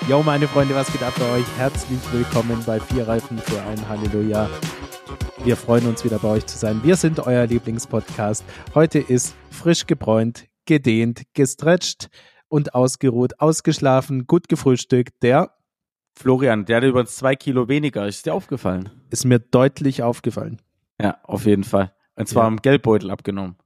Yo, meine Freunde, was geht ab bei euch? Herzlich willkommen bei 4 Reifen für ein Halleluja. Wir freuen uns wieder bei euch zu sein. Wir sind euer Lieblingspodcast. Heute ist frisch gebräunt, gedehnt, gestretcht und ausgeruht, ausgeschlafen, gut gefrühstückt. Der Florian, der hat übrigens 2 Kilo weniger. Ist dir aufgefallen? ist mir deutlich aufgefallen. Ja, auf jeden Fall. Und zwar am Geldbeutel abgenommen.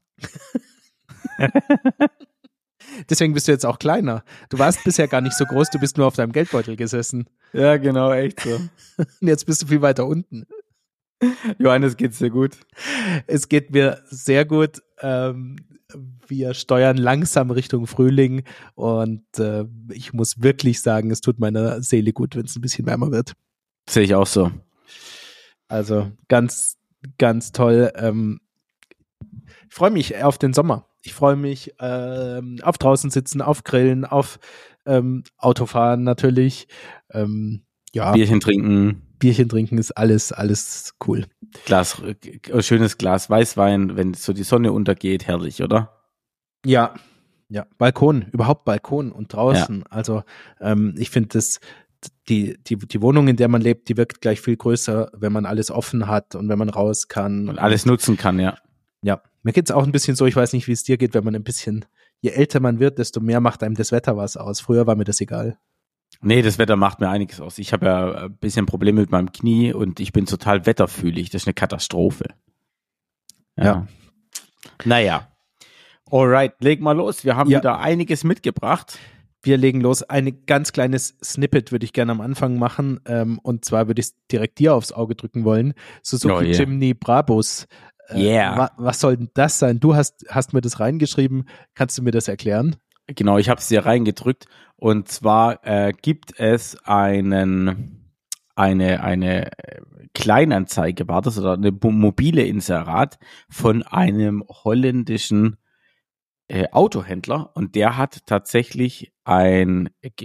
Deswegen bist du jetzt auch kleiner. Du warst bisher gar nicht so groß, du bist nur auf deinem Geldbeutel gesessen. Ja, genau, echt so. Und jetzt bist du viel weiter unten. Johannes, geht's dir gut? Es geht mir sehr gut. Wir steuern langsam Richtung Frühling und ich muss wirklich sagen, es tut meiner Seele gut, wenn es ein bisschen wärmer wird. Sehe ich auch so. Also ganz, ganz toll. Ich freue mich auf den Sommer. Ich freue mich auf draußen sitzen, auf Grillen, auf Autofahren natürlich. Ja, Bierchen trinken, ist alles cool. schönes Glas Weißwein, wenn so die Sonne untergeht, herrlich, oder? Ja, Balkon und draußen. Ja. Also ich finde die Wohnung, in der man lebt, die wirkt gleich viel größer, wenn man alles offen hat und wenn man raus kann. Und alles nutzen kann, ja. Ja, mir geht's auch ein bisschen so, ich weiß nicht, wie es dir geht, wenn man je älter man wird, desto mehr macht einem das Wetter was aus. Früher war mir das egal. Nee, das Wetter macht mir einiges aus. Ich habe ja ein bisschen Probleme mit meinem Knie und ich bin total wetterfühlig. Das ist eine Katastrophe. Ja. Naja. Alright, leg mal los. Wir haben wieder einiges mitgebracht. Wir legen los. Ein ganz kleines Snippet würde ich gerne am Anfang machen. Und zwar würde ich es direkt dir aufs Auge drücken wollen. Suzuki Jimny Brabus. Was soll denn das sein? Du hast mir das reingeschrieben. Kannst du mir das erklären? Genau, ich habe es hier reingedrückt. Und zwar gibt es eine Kleinanzeige, war das, oder eine mobile Inserat von einem holländischen Autohändler. Und der hat tatsächlich ein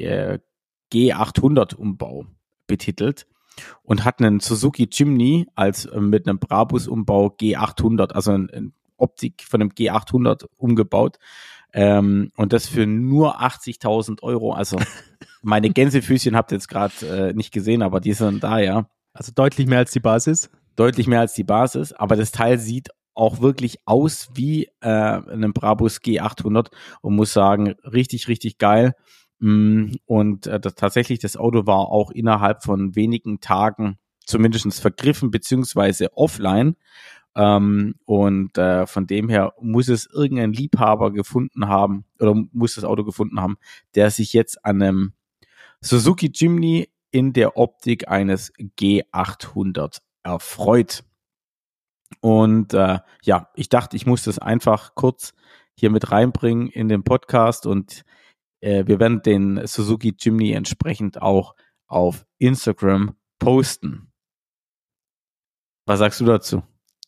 G800-Umbau betitelt. Und hat einen Suzuki Jimny mit einem Brabus-Umbau G800, also eine Optik von einem G800 umgebaut. Und das für nur 80.000 €. Also meine Gänsefüßchen habt ihr jetzt gerade nicht gesehen, aber die sind da, ja. Also deutlich mehr als die Basis. Deutlich mehr als die Basis, aber das Teil sieht auch wirklich aus wie ein Brabus G800 und muss sagen, richtig, richtig geil. Und tatsächlich, das Auto war auch innerhalb von wenigen Tagen zumindest vergriffen beziehungsweise offline. Von dem her muss es irgendein Liebhaber gefunden haben oder muss das Auto gefunden haben, der sich jetzt an einem Suzuki Jimny in der Optik eines G800 erfreut. Und ich dachte, ich muss das einfach kurz hier mit reinbringen in den Podcast und wir werden den Suzuki Jimny entsprechend auch auf Instagram posten. Was sagst du dazu?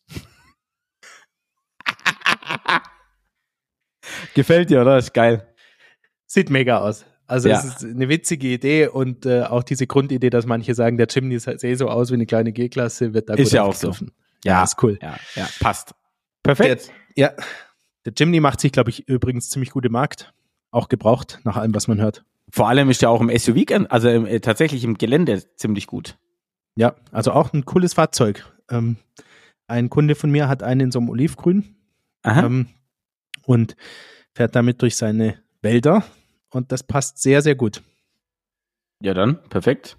Gefällt dir, oder? Ist geil. Sieht mega aus. Also es ist eine witzige Idee und auch diese Grundidee, dass manche sagen, der Jimny sieht so aus wie eine kleine G-Klasse, wird da ist gut ja aufgegriffen. Ja, ist cool. Ja, passt. Perfekt. Der Jimny macht sich, glaube ich, übrigens ziemlich gut im Markt. Auch gebraucht, nach allem, was man hört. Vor allem ist er auch im SUV, also tatsächlich im Gelände ziemlich gut. Ja, also auch ein cooles Fahrzeug. Ein Kunde von mir hat einen in so einem Olivgrün und fährt damit durch seine Wälder und das passt sehr, sehr gut. Ja dann, perfekt.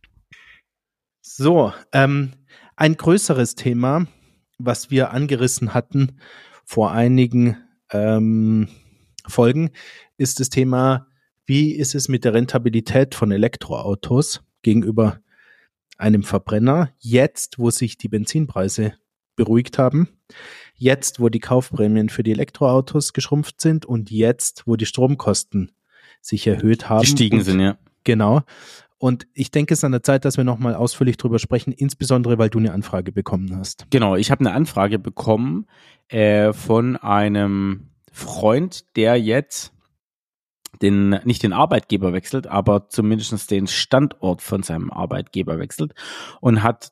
So, ein größeres Thema, was wir angerissen hatten vor einigen Folgen, ist das Thema, wie ist es mit der Rentabilität von Elektroautos gegenüber einem Verbrenner, jetzt, wo sich die Benzinpreise beruhigt haben, jetzt, wo die Kaufprämien für die Elektroautos geschrumpft sind und jetzt, wo die Stromkosten sich erhöht haben. Gestiegen sind, ja. Genau. Und ich denke, es ist an der Zeit, dass wir nochmal ausführlich drüber sprechen, insbesondere, weil du eine Anfrage bekommen hast. Genau, ich habe eine Anfrage bekommen von einem Freund, der jetzt nicht den Arbeitgeber wechselt, aber zumindest den Standort von seinem Arbeitgeber wechselt und hat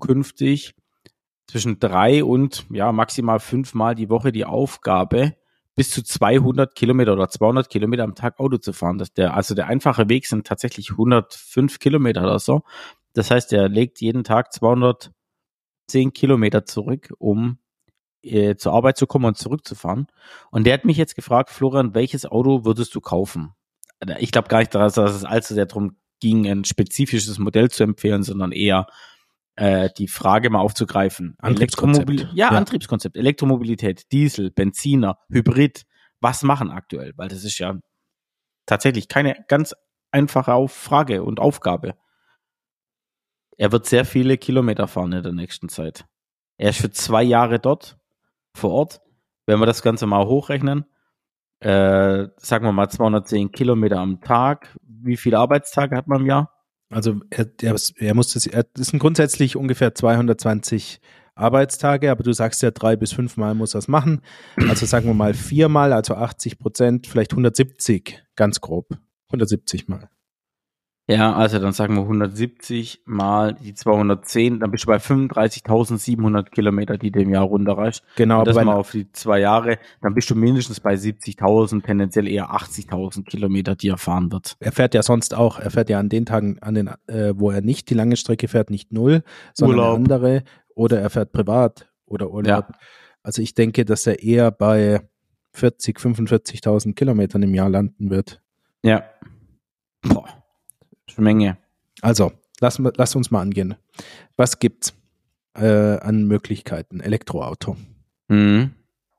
zukünftig zwischen 3 und maximal 5 Mal die Woche die Aufgabe, bis zu 200 Kilometer oder 200 Kilometer am Tag Auto zu fahren. Also der einfache Weg sind tatsächlich 105 Kilometer oder so. Das heißt, er legt jeden Tag 210 Kilometer zurück, um zur Arbeit zu kommen und zurückzufahren. Und der hat mich jetzt gefragt, Florian, welches Auto würdest du kaufen? Ich glaube gar nicht, dass es allzu sehr darum ging, ein spezifisches Modell zu empfehlen, sondern eher die Frage mal aufzugreifen. Antriebskonzept. Antriebskonzept, Elektromobilität, Diesel, Benziner, Hybrid, was machen aktuell? Weil das ist ja tatsächlich keine ganz einfache Frage und Aufgabe. Er wird sehr viele Kilometer fahren in der nächsten Zeit. Er ist für 2 Jahre dort vor Ort. Wenn wir das Ganze mal hochrechnen, sagen wir mal 210 Kilometer am Tag. Wie viele Arbeitstage hat man im Jahr? Also das sind grundsätzlich ungefähr 220 Arbeitstage, aber du sagst ja 3 bis 5 Mal muss er es machen. Also sagen wir mal 4 Mal, also 80%, vielleicht 170, ganz grob. 170 Mal. Ja, also dann sagen wir 170 mal die 210, dann bist du bei 35.700 Kilometer, die du im Jahr runterreichst. Genau. Und das mal auf die 2 Jahre, dann bist du mindestens bei 70.000, tendenziell eher 80.000 Kilometer, die er fahren wird. Er fährt ja an den Tagen, wo er nicht die lange Strecke fährt, nicht 0, sondern Urlaub. andere, oder er fährt privat oder Urlaub. Ja. Also ich denke, dass er eher bei 40.000, 45.000 Kilometern im Jahr landen wird. Ja. Boah. Menge. Also, lass uns mal angehen. Was gibt's an Möglichkeiten? Elektroauto. Mhm.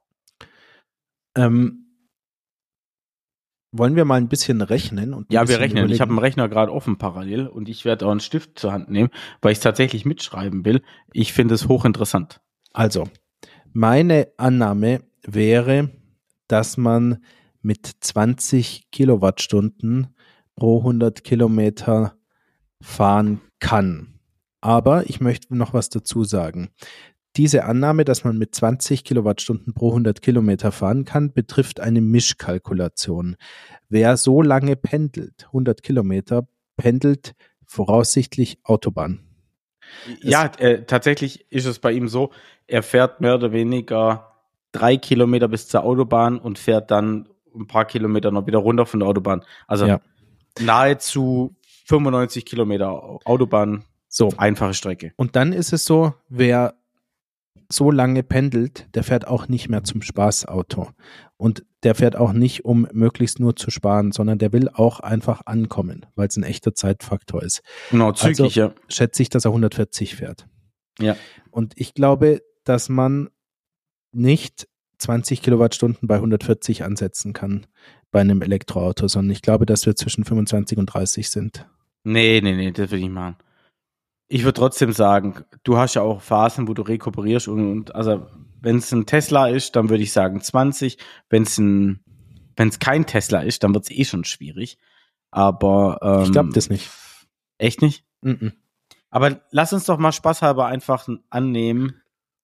Wollen wir mal ein bisschen rechnen? Ja, wir rechnen. Ich habe einen Rechner gerade offen parallel und ich werde auch einen Stift zur Hand nehmen, weil ich tatsächlich mitschreiben will. Ich finde es hochinteressant. Also, meine Annahme wäre, dass man mit 20 Kilowattstunden pro 100 Kilometer fahren kann. Aber ich möchte noch was dazu sagen. Diese Annahme, dass man mit 20 Kilowattstunden pro 100 Kilometer fahren kann, betrifft eine Mischkalkulation. Wer so lange pendelt, 100 Kilometer, pendelt voraussichtlich Autobahn. Ja, tatsächlich ist es bei ihm so, er fährt mehr oder weniger 3 Kilometer bis zur Autobahn und fährt dann ein paar Kilometer noch wieder runter von der Autobahn. Also Ja. nahezu 95 Kilometer Autobahn, So. einfache Strecke. Und dann ist es so, wer so lange pendelt, der fährt auch nicht mehr zum Spaßauto. Und der fährt auch nicht, um möglichst nur zu sparen, sondern der will auch einfach ankommen, weil es ein echter Zeitfaktor ist. Genau, zügig, Also ja. schätze ich, dass er 140 fährt. Ja. Und ich glaube, dass man nicht 20 Kilowattstunden bei 140 ansetzen kann bei einem Elektroauto, sondern ich glaube, dass wir zwischen 25 und 30 sind. Nee, das würde ich machen. Ich würde trotzdem sagen, du hast ja auch Phasen, wo du rekuperierst und also wenn es ein Tesla ist, dann würde ich sagen 20. Wenn es kein Tesla ist, dann wird es eh schon schwierig. Aber Ich glaube das nicht. Echt nicht? Mm-mm. Aber lass uns doch mal spaßhalber einfach annehmen.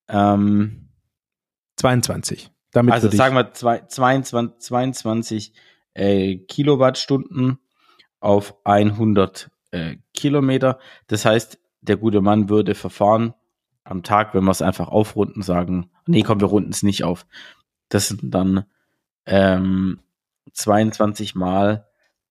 22. Damit Also würde sagen wir 22 Kilowattstunden auf 100 Kilometer. Das heißt, der gute Mann würde verfahren am Tag, wenn wir es einfach aufrunden, sagen, nee, komm, wir runden es nicht auf. Das sind dann 22 mal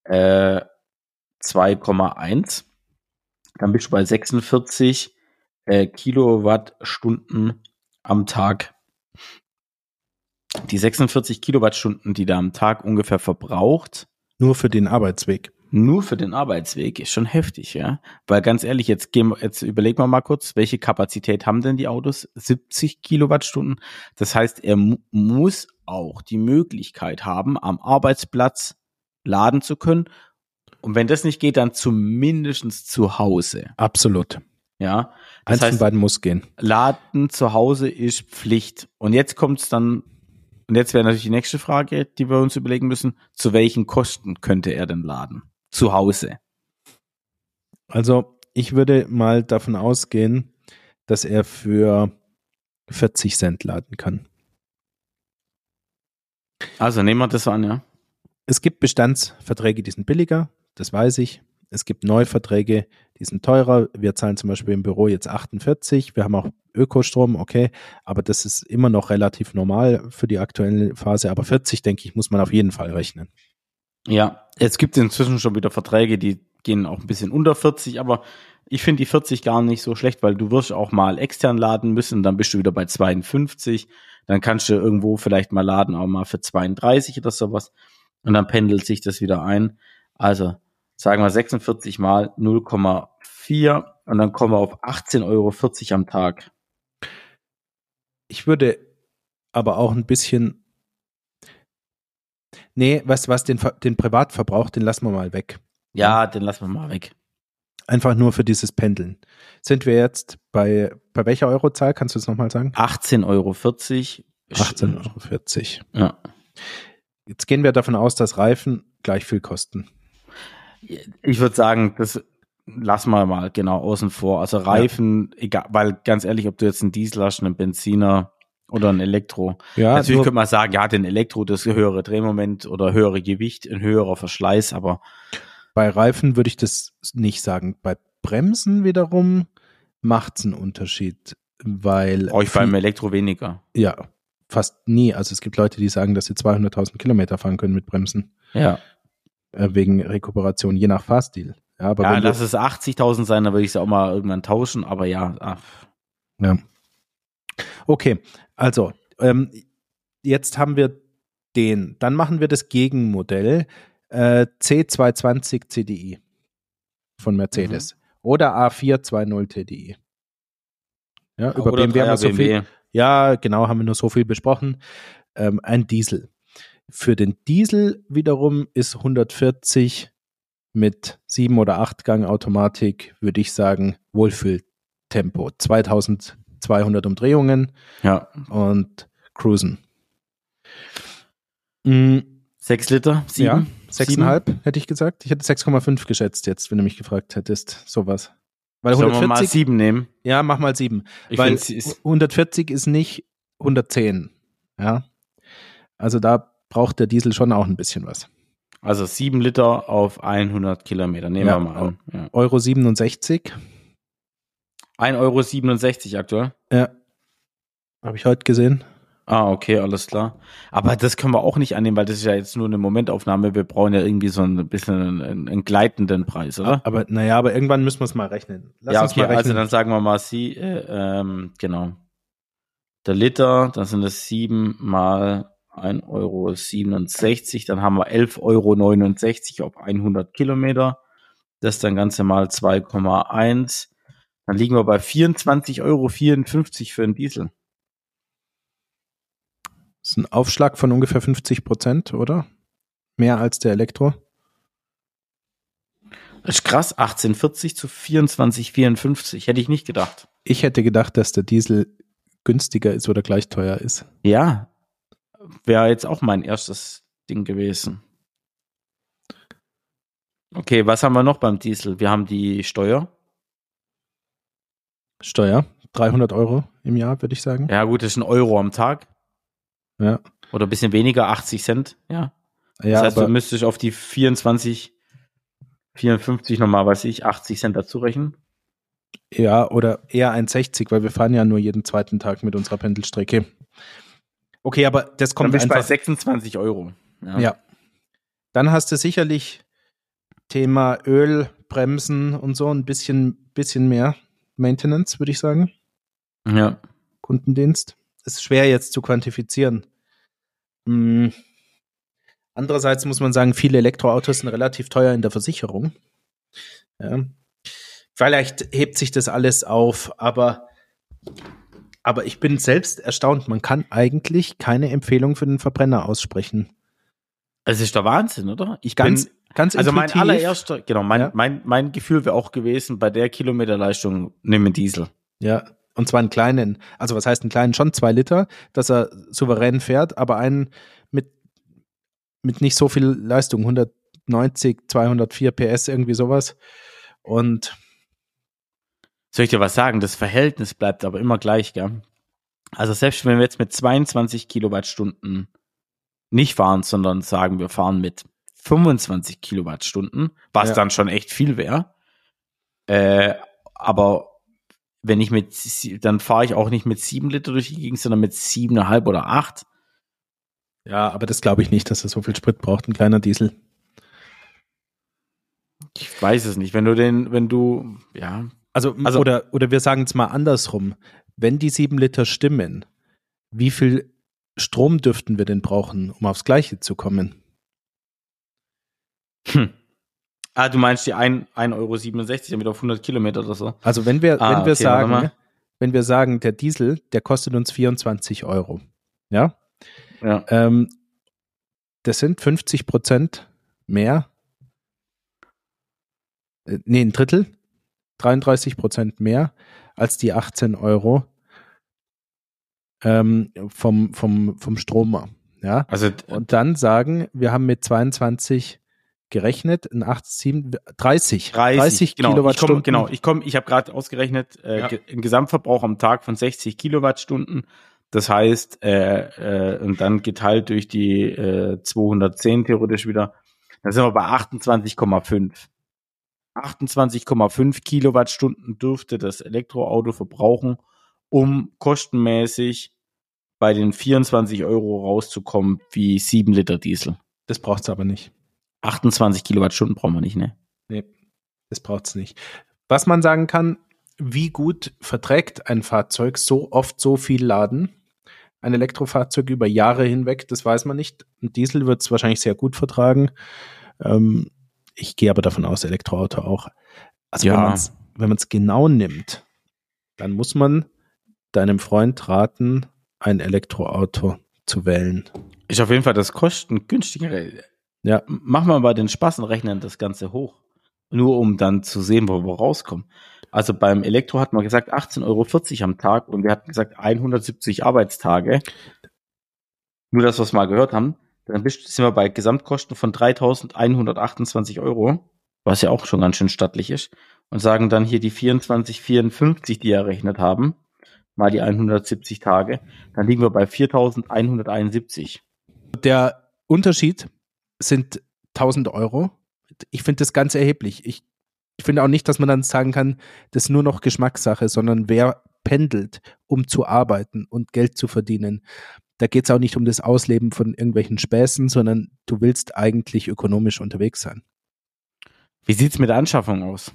2,1. Dann bist du bei 46 Kilowattstunden am Tag. Die 46 Kilowattstunden, die da am Tag ungefähr verbraucht. Nur für den Arbeitsweg. Nur für den Arbeitsweg ist schon heftig, ja. Weil ganz ehrlich, jetzt überlegen wir mal kurz, welche Kapazität haben denn die Autos? 70 Kilowattstunden. Das heißt, er muss auch die Möglichkeit haben, am Arbeitsplatz laden zu können. Und wenn das nicht geht, dann zumindest zu Hause. Absolut. Ja. Eins von beiden muss gehen. Laden zu Hause ist Pflicht. Und jetzt kommt's dann. Und jetzt wäre natürlich die nächste Frage, die wir uns überlegen müssen, zu welchen Kosten könnte er denn laden? Zu Hause. Also ich würde mal davon ausgehen, dass er für 40 Cent laden kann. Also nehmen wir das an, ja. Es gibt Bestandsverträge, die sind billiger, das weiß ich. Es gibt Neuverträge, die sind teurer. Wir zahlen zum Beispiel im Büro jetzt 48. Wir haben auch Ökostrom, okay, aber das ist immer noch relativ normal für die aktuelle Phase. Aber 40, denke ich, muss man auf jeden Fall rechnen. Ja, es gibt inzwischen schon wieder Verträge, die gehen auch ein bisschen unter 40, aber ich finde die 40 gar nicht so schlecht, weil du wirst auch mal extern laden müssen, dann bist du wieder bei 52, dann kannst du irgendwo vielleicht mal laden, auch mal für 32 oder sowas und dann pendelt sich das wieder ein. Also sagen wir 46 mal 0,4 und dann kommen wir auf 18,40 € am Tag. Ich würde aber auch ein bisschen, weißt du was, den Privatverbrauch, den lassen wir mal weg. Ja, den lassen wir mal weg. Einfach nur für dieses Pendeln. Sind wir jetzt bei welcher Eurozahl? Kannst du es nochmal sagen? 18,40 €. 18,40 €. Ja. Jetzt gehen wir davon aus, dass Reifen gleich viel kosten. Ich würde sagen, das lassen wir mal genau außen vor. Also Reifen, egal, weil ganz ehrlich, ob du jetzt einen Diesel hast, einen Benziner oder ein Elektro. Ja, natürlich könnte man sagen, ja, den Elektro, das höhere Drehmoment oder höhere Gewicht, ein höherer Verschleiß, aber bei Reifen würde ich das nicht sagen. Bei Bremsen wiederum macht es einen Unterschied, weil brauche ich beim Elektro weniger. Ja, fast nie. Also es gibt Leute, die sagen, dass sie 200.000 Kilometer fahren können mit Bremsen. Ja. Wegen Rekuperation, je nach Fahrstil. Ja, aber ja, lass es 80.000 sein, dann würde ich es auch mal irgendwann tauschen, aber ja. Ja. Okay, also jetzt haben wir dann machen wir das Gegenmodell C220 CDI von Mercedes oder A420 TDI. Ja, über oder BMW haben wir so viel. Ja, genau, haben wir nur so viel besprochen. Ein Diesel. Für den Diesel wiederum ist 140 mit 7 oder 8 Gang Automatik, würde ich sagen, Wohlfühltempo. 2200 Umdrehungen und cruisen. 6 Liter? 7? Ja, 6,5 hätte ich gesagt. Ich hätte 6,5 geschätzt jetzt, wenn du mich gefragt hättest. Sowas. Weil 140, sollen wir mal 7 nehmen? Ja, mach mal 7. Weil 140 ist nicht 110. Ja. Also da braucht der Diesel schon auch ein bisschen was. Also 7 Liter auf 100 Kilometer. Nehmen wir mal an. Ja. Euro 67. 1,67 € aktuell? Ja. Habe ich heute gesehen. Ah, okay, alles klar. Aber das können wir auch nicht annehmen, weil das ist ja jetzt nur eine Momentaufnahme. Wir brauchen ja irgendwie so ein bisschen einen gleitenden Preis, oder? Aber irgendwann müssen wir es mal rechnen. Lass uns mal rechnen. Also dann sagen wir mal genau. Der Liter, dann sind es 7 mal 1,67 €, dann haben wir 11,69 € auf 100 Kilometer. Das dann Ganze mal 2,1. Dann liegen wir bei 24,54 € für einen Diesel. Das ist ein Aufschlag von ungefähr 50%, oder? Mehr als der Elektro. Das ist krass, 18,40 zu 24,54. Hätte ich nicht gedacht. Ich hätte gedacht, dass der Diesel günstiger ist oder gleich teuer ist. Ja, wäre jetzt auch mein erstes Ding gewesen. Okay, was haben wir noch beim Diesel? Wir haben die Steuer. Steuer, 300 € im Jahr, würde ich sagen. Ja gut, das ist 1 € am Tag. Ja. Oder ein bisschen weniger, 80 Cent, ja. Ja, das heißt, du müsstest auf die 54 nochmal, 80 Cent dazu rechnen. Ja, oder eher 1,60, weil wir fahren ja nur jeden zweiten Tag mit unserer Pendelstrecke. Okay, aber das kommt dann einfach... bei 26 €. Ja. Dann hast du sicherlich Thema Öl, Bremsen und so ein bisschen mehr Maintenance, würde ich sagen. Ja. Kundendienst. Ist schwer jetzt zu quantifizieren. Andererseits muss man sagen, viele Elektroautos sind relativ teuer in der Versicherung. Ja. Vielleicht hebt sich das alles auf, aber ich bin selbst erstaunt. Man kann eigentlich keine Empfehlung für den Verbrenner aussprechen. Es ist der Wahnsinn, oder? Ganz also mein intuitiv. allererster, genau, mein Gefühl wäre auch gewesen, bei der Kilometerleistung nimm einen Diesel. Ja, und zwar einen kleinen, also was heißt einen kleinen, schon 2 Liter, dass er souverän fährt, aber einen mit nicht so viel Leistung, 190, 204 PS, irgendwie sowas. Und soll ich dir was sagen? Das Verhältnis bleibt aber immer gleich, gell? Also selbst wenn wir jetzt mit 22 Kilowattstunden nicht fahren, sondern sagen, wir fahren mit 25 Kilowattstunden, was dann schon echt viel wäre. Aber wenn ich dann fahre ich auch nicht mit 7 Liter durch die Gegend, sondern mit 7,5 oder 8. Ja, aber das glaube ich nicht, dass er so viel Sprit braucht, ein kleiner Diesel. Ich weiß es nicht. Also oder wir sagen es mal andersrum. Wenn die 7 Liter stimmen, wie viel Strom dürften wir denn brauchen, um aufs Gleiche zu kommen? Du meinst die 1,67 € damit auf 100 Kilometer oder so? Also wenn wir sagen, der Diesel, der kostet uns 24 €. Ja? Ja. Das sind 50% mehr. Ein Drittel. 33% mehr als die 18 € vom Stromer. Ja? Also, und dann sagen, wir haben mit 22 gerechnet, 30 Kilowattstunden. Ich habe gerade ausgerechnet, einen Gesamtverbrauch am Tag von 60 Kilowattstunden. Das heißt, und dann geteilt durch die 210 theoretisch wieder, dann sind wir bei 28,5. 28,5 Kilowattstunden dürfte das Elektroauto verbrauchen, um kostenmäßig bei den 24 € rauszukommen wie 7 Liter Diesel. Das braucht es aber nicht. 28 Kilowattstunden brauchen wir nicht, ne? Nee, das braucht es nicht. Was man sagen kann, wie gut verträgt ein Fahrzeug so oft so viel Laden? Ein Elektrofahrzeug über Jahre hinweg, das weiß man nicht. Ein Diesel wird es wahrscheinlich sehr gut vertragen. Ich gehe aber davon aus, Elektroauto auch. Also wenn man es genau nimmt, dann muss man deinem Freund raten, ein Elektroauto zu wählen. Ist auf jeden Fall das kostengünstigere. Ja. Machen wir mal den Spaß und rechnen das Ganze hoch. Nur um dann zu sehen, wo wir rauskommen. Also beim Elektro hat man gesagt 18,40 € am Tag und wir hatten gesagt 170 Arbeitstage. Nur das, was wir mal gehört haben. Dann sind wir bei Gesamtkosten von 3.128 €, was ja auch schon ganz schön stattlich ist. Und sagen dann hier die 24,54, die wir errechnet haben, mal die 170 Tage, dann liegen wir bei 4.171. Der Unterschied sind 1.000 €. Ich finde das ganz erheblich. Ich finde auch nicht, dass man dann sagen kann, das ist nur noch Geschmackssache, sondern wer pendelt, um zu arbeiten und Geld zu verdienen. Da geht es auch nicht um das Ausleben von irgendwelchen Späßen, sondern du willst eigentlich ökonomisch unterwegs sein. Wie sieht's mit der Anschaffung aus?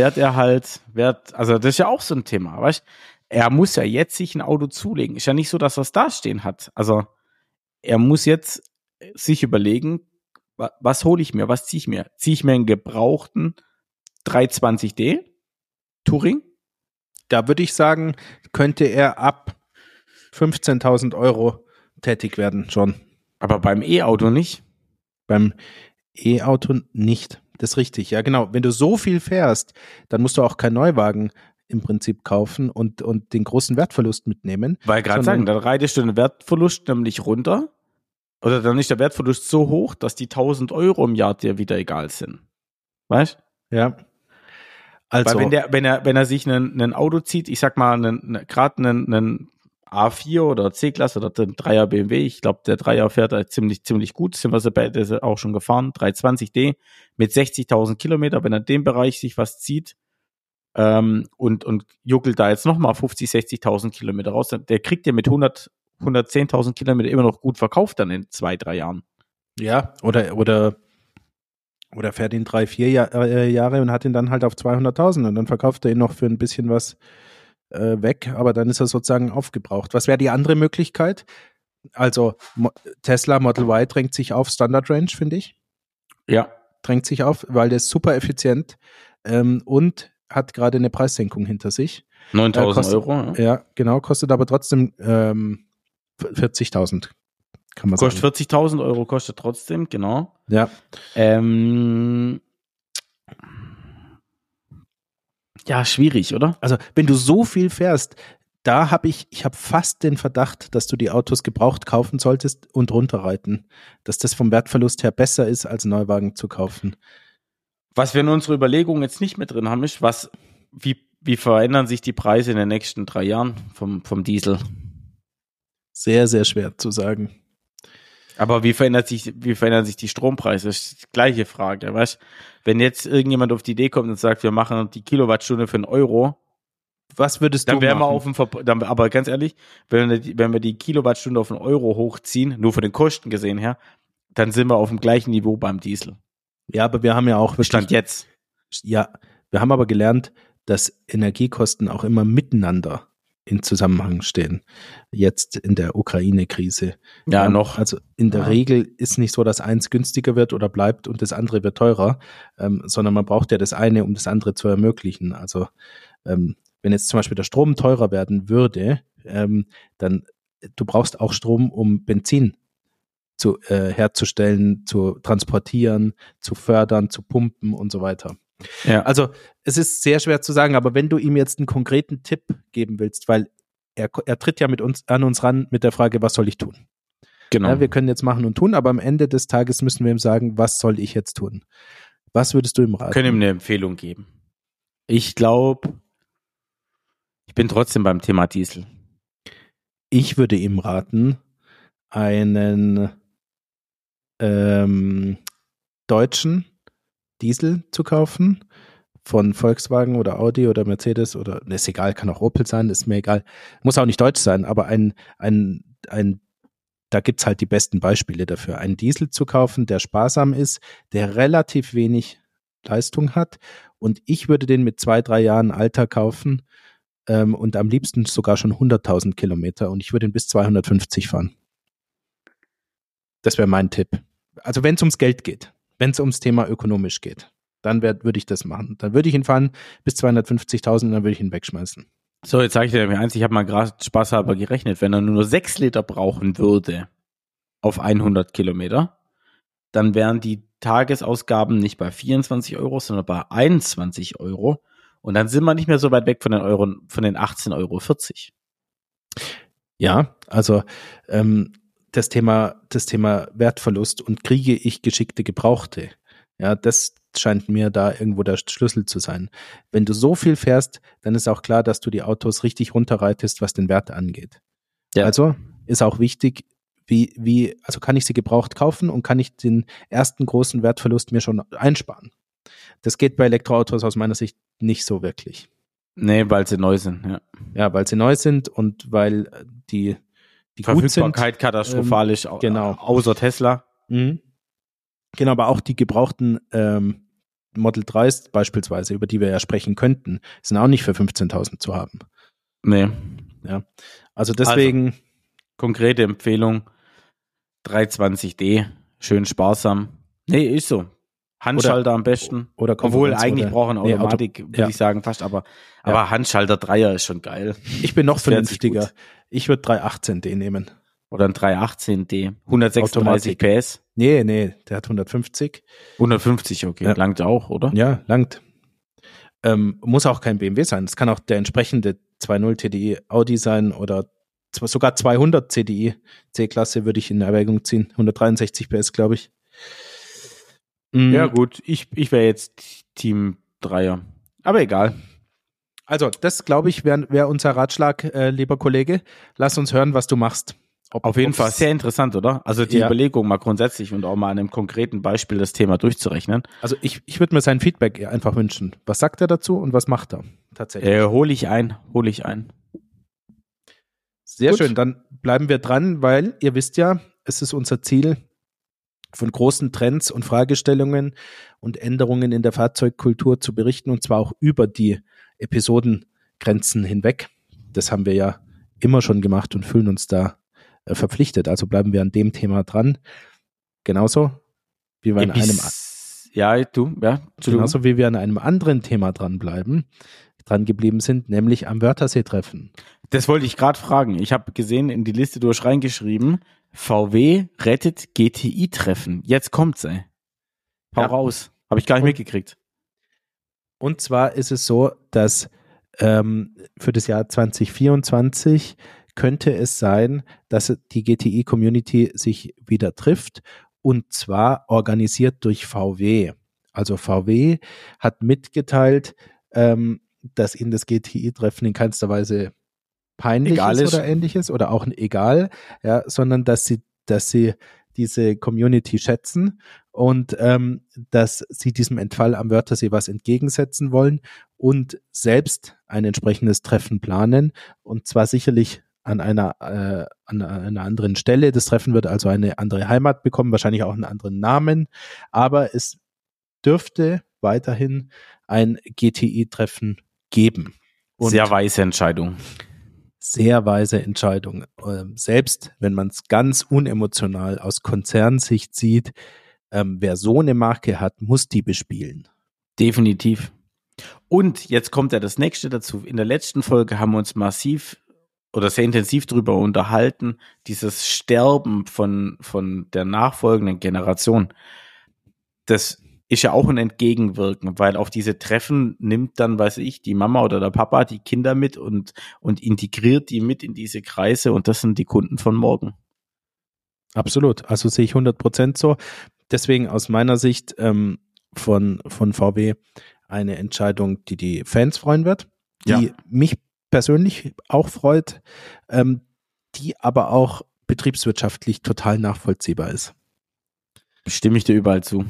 Also das ist ja auch so ein Thema, weißt? Er muss ja jetzt sich ein Auto zulegen. Ist ja nicht so, dass er es dastehen hat. Also er muss jetzt sich überlegen, was hole ich mir, was ziehe ich mir? Ziehe ich mir einen gebrauchten 320d Touring? Da würde ich sagen, könnte er ab 15.000 € tätig werden schon. Aber beim E-Auto nicht? Beim E-Auto nicht. Das ist richtig, ja genau. Wenn du so viel fährst, dann musst du auch keinen Neuwagen im Prinzip kaufen und den großen Wertverlust mitnehmen. Weil gerade sagen, dann reitest du den Wertverlust nämlich runter. Oder dann ist der Wertverlust so hoch, dass die 1.000 € im Jahr dir wieder egal sind. Weißt? Ja. Also. Weil wenn er sich ein Auto zieht, ich sag mal, gerade einen A4 oder C-Klasse oder den 3er BMW, ich glaube, der 3er fährt da ziemlich gut, sind wir so bei, der ist auch schon gefahren, 320d mit 60.000 Kilometer, wenn er in dem Bereich sich was zieht und juckelt da jetzt nochmal 50.000, 60.000 Kilometer raus, der kriegt ja mit 110.000 Kilometer immer noch gut verkauft dann in 2-3 Jahren. Ja, oder fährt ihn 3-4 Jahre und hat ihn dann halt auf 200.000 und dann verkauft er ihn noch für ein bisschen was weg, aber dann ist er sozusagen aufgebraucht. Was wäre die andere Möglichkeit? Also Tesla Model Y drängt sich auf Standard Range, finde ich. Ja. Drängt sich auf, weil der ist super effizient und hat gerade eine Preissenkung hinter sich. 9.000 €. Ja, genau, kostet aber trotzdem 40.000. Kann man kostet sagen. 40.000 €, kostet trotzdem, genau. Ja. Ja, schwierig, oder? Also, wenn du so viel fährst, da habe ich habe fast den Verdacht, dass du die Autos gebraucht kaufen solltest und runterreiten. Dass das vom Wertverlust her besser ist, als Neuwagen zu kaufen. Was wir in unserer Überlegung jetzt nicht mit drin haben, ist, wie verändern sich die Preise in den nächsten 3 Jahren vom Diesel? Sehr, sehr schwer zu sagen. Aber wie verändern sich die Strompreise? Das ist die gleiche Frage, weißt? Wenn jetzt irgendjemand auf die Idee kommt und sagt, wir machen die Kilowattstunde für 1 Euro, Was würdest dann du wären wir machen? auf dem aber ganz ehrlich, wenn wir die Kilowattstunde auf 1 Euro hochziehen, nur von den Kosten gesehen her, dann sind wir auf dem gleichen Niveau beim Diesel. Ja, aber wir haben ja auch wirklich, Stand jetzt. ja, wir haben aber gelernt, dass Energiekosten auch immer miteinander in Zusammenhang stehen. Jetzt in der Ukraine-Krise. Ja, noch. Also in der Regel ist nicht so, dass eins günstiger wird oder bleibt und das andere wird teurer, sondern man braucht ja das eine, um das andere zu ermöglichen. Also wenn jetzt zum Beispiel der Strom teurer werden würde, dann du brauchst auch Strom, um Benzin herzustellen, zu transportieren, zu fördern, zu pumpen und so weiter. Ja. Also es ist sehr schwer zu sagen, aber wenn du ihm jetzt einen konkreten Tipp geben willst, weil er tritt ja an uns ran mit der Frage, was soll ich tun? Genau. Ja, wir können jetzt machen und tun, aber am Ende des Tages müssen wir ihm sagen, was soll ich jetzt tun? Was würdest du ihm raten? Können ihm eine Empfehlung geben. Ich glaube, ich bin trotzdem beim Thema Diesel. Ich würde ihm raten, einen deutschen Diesel zu kaufen von Volkswagen oder Audi oder Mercedes oder, ist egal, kann auch Opel sein, ist mir egal. Muss auch nicht deutsch sein, aber da gibt's halt die besten Beispiele dafür. Einen Diesel zu kaufen, der sparsam ist, der relativ wenig Leistung hat und ich würde den mit 2-3 Jahren Alter kaufen und am liebsten sogar schon 100.000 Kilometer und ich würde ihn bis 250 fahren. Das wäre mein Tipp. Also wenn es ums Geld geht, wenn es ums Thema ökonomisch geht, dann würde ich das machen. Dann würde ich ihn fahren bis 250.000 und dann würde ich ihn wegschmeißen. So, jetzt sage ich dir eins, ich habe mal gerade spaßhalber gerechnet, wenn er nur 6 Liter brauchen würde auf 100 Kilometer, dann wären die Tagesausgaben nicht bei 24 Euro, sondern bei 21 Euro. Und dann sind wir nicht mehr so weit weg von den 18,40 Euro. Ja, also das Thema Wertverlust und kriege ich geschickte Gebrauchte. Ja, das scheint mir da irgendwo der Schlüssel zu sein. Wenn du so viel fährst, dann ist auch klar, dass du die Autos richtig runterreitest, was den Wert angeht. Ja. Also ist auch wichtig, also kann ich sie gebraucht kaufen und kann ich den ersten großen Wertverlust mir schon einsparen. Das geht bei Elektroautos aus meiner Sicht nicht so wirklich. Nee, weil sie neu sind, ja. Ja, weil sie neu sind und weil die Verfügbarkeit gut sind, katastrophal ist, genau. Außer Tesla. Mhm. Genau, aber auch die gebrauchten Model 3s beispielsweise, über die wir ja sprechen könnten, sind auch nicht für 15.000 zu haben. Nee. Ja, also deswegen. Konkrete Empfehlung, 320D, schön sparsam. Nee, ist so. Handschalter am besten. Oder obwohl eigentlich brauchen Automatik, würde ich sagen, fast, aber Handschalter 3er ist schon geil. Ich bin noch vernünftiger. Ich würde 318D nehmen. Oder ein 318D. 136 PS. Nee, der hat 150. 150, okay. Ja. Langt auch, oder? Ja, langt. Muss auch kein BMW sein. Es kann auch der entsprechende 2.0 TDI Audi sein oder sogar 200 CDI C-Klasse würde ich in Erwägung ziehen. 163 PS, glaube ich. Ja gut, ich wäre jetzt Team 3er. Aber egal. Also das, glaube ich, wäre unser Ratschlag, lieber Kollege. Lass uns hören, was du machst. Auf jeden Fall sehr interessant, oder? Also die Überlegung mal grundsätzlich und auch mal an einem konkreten Beispiel das Thema durchzurechnen. Also ich würde mir sein Feedback einfach wünschen. Was sagt er dazu und was macht er tatsächlich? Hole ich ein. Sehr gut. Schön, dann bleiben wir dran, weil ihr wisst ja, es ist unser Ziel, von großen Trends und Fragestellungen und Änderungen in der Fahrzeugkultur zu berichten und zwar auch über die Episodengrenzen hinweg. Das haben wir ja immer schon gemacht und fühlen uns da verpflichtet. Also bleiben wir an dem Thema dran. Genauso wie wir genauso wie wir an einem anderen Thema dran geblieben sind, nämlich am Wörthersee-Treffen. Das wollte ich gerade fragen. Ich habe gesehen, in die Liste du hast reingeschrieben, VW rettet GTI-Treffen. Jetzt kommt's, ey. Hau raus. Habe ich gar nicht mitgekriegt. Und zwar ist es so, dass für das Jahr 2024 könnte es sein, dass die GTI-Community sich wieder trifft und zwar organisiert durch VW. Also VW hat mitgeteilt, dass ihnen das GTI-Treffen in keinster Weise peinlich ist oder ähnliches oder auch egal, ja, sondern dass sie diese Community schätzen und dass sie diesem Entfall am Wörthersee was entgegensetzen wollen und selbst ein entsprechendes Treffen planen, und zwar sicherlich an einer anderen Stelle. Das Treffen wird also eine andere Heimat bekommen, wahrscheinlich auch einen anderen Namen, aber es dürfte weiterhin ein GTI-Treffen geben. Und sehr weise Entscheidung. Sehr weise Entscheidung. Selbst wenn man es ganz unemotional aus Konzernsicht sieht, wer so eine Marke hat, muss die bespielen. Definitiv. Und jetzt kommt ja das Nächste dazu. In der letzten Folge haben wir uns massiv oder sehr intensiv darüber unterhalten, dieses Sterben von der nachfolgenden Generation. Das ist ja auch ein Entgegenwirken, weil auf diese Treffen nimmt dann, weiß ich, die Mama oder der Papa die Kinder mit und integriert die mit in diese Kreise, und das sind die Kunden von morgen. Absolut, also sehe ich 100% so. Deswegen aus meiner Sicht von VW eine Entscheidung, die Fans freuen wird, die mich persönlich auch freut, die aber auch betriebswirtschaftlich total nachvollziehbar ist. Stimme ich dir überall zu.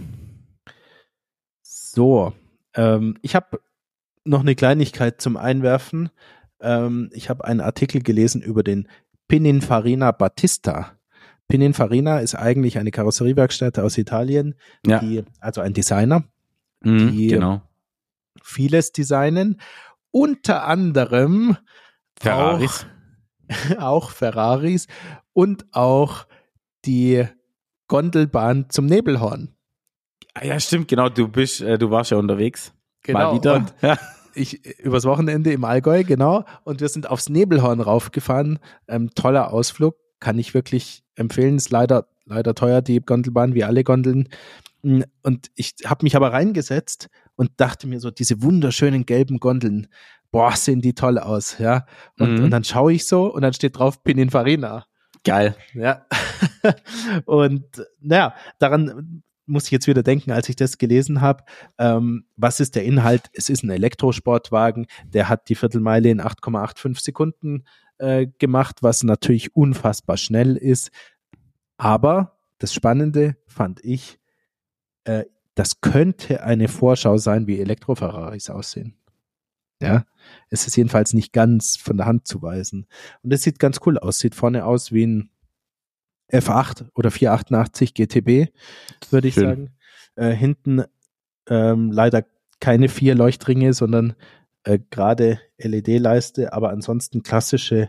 So, ich habe noch eine Kleinigkeit zum Einwerfen. Ich habe einen Artikel gelesen über den Pininfarina Battista. Pininfarina ist eigentlich eine Karosseriewerkstatt aus Italien, also ein Designer, die vieles designen, unter anderem Ferraris. Auch Ferraris und auch die Gondelbahn zum Nebelhorn. Ja, stimmt, genau. Du warst ja unterwegs. Genau. Mal wieder. Und übers Wochenende im Allgäu, genau. Und wir sind aufs Nebelhorn raufgefahren. Toller Ausflug, kann ich wirklich empfehlen. Ist leider teuer, die Gondelbahn, wie alle Gondeln. Und ich habe mich aber reingesetzt und dachte mir so, diese wunderschönen gelben Gondeln, boah, sehen die toll aus, ja. Und dann schaue ich so und dann steht drauf Pininfarina. Geil. Ja. Und naja, daran muss ich jetzt wieder denken, als ich das gelesen habe. Was ist der Inhalt? Es ist ein Elektrosportwagen, der hat die Viertelmeile in 8,85 Sekunden gemacht, was natürlich unfassbar schnell ist. Aber das Spannende fand ich, das könnte eine Vorschau sein, wie Elektro-Ferraris aussehen. Ja, es ist jedenfalls nicht ganz von der Hand zu weisen. Und es sieht ganz cool aus. Sieht vorne aus wie ein F8 oder 488 GTB, würde ich sagen. Hinten leider keine 4 Leuchtringe, sondern gerade LED-Leiste, aber ansonsten klassische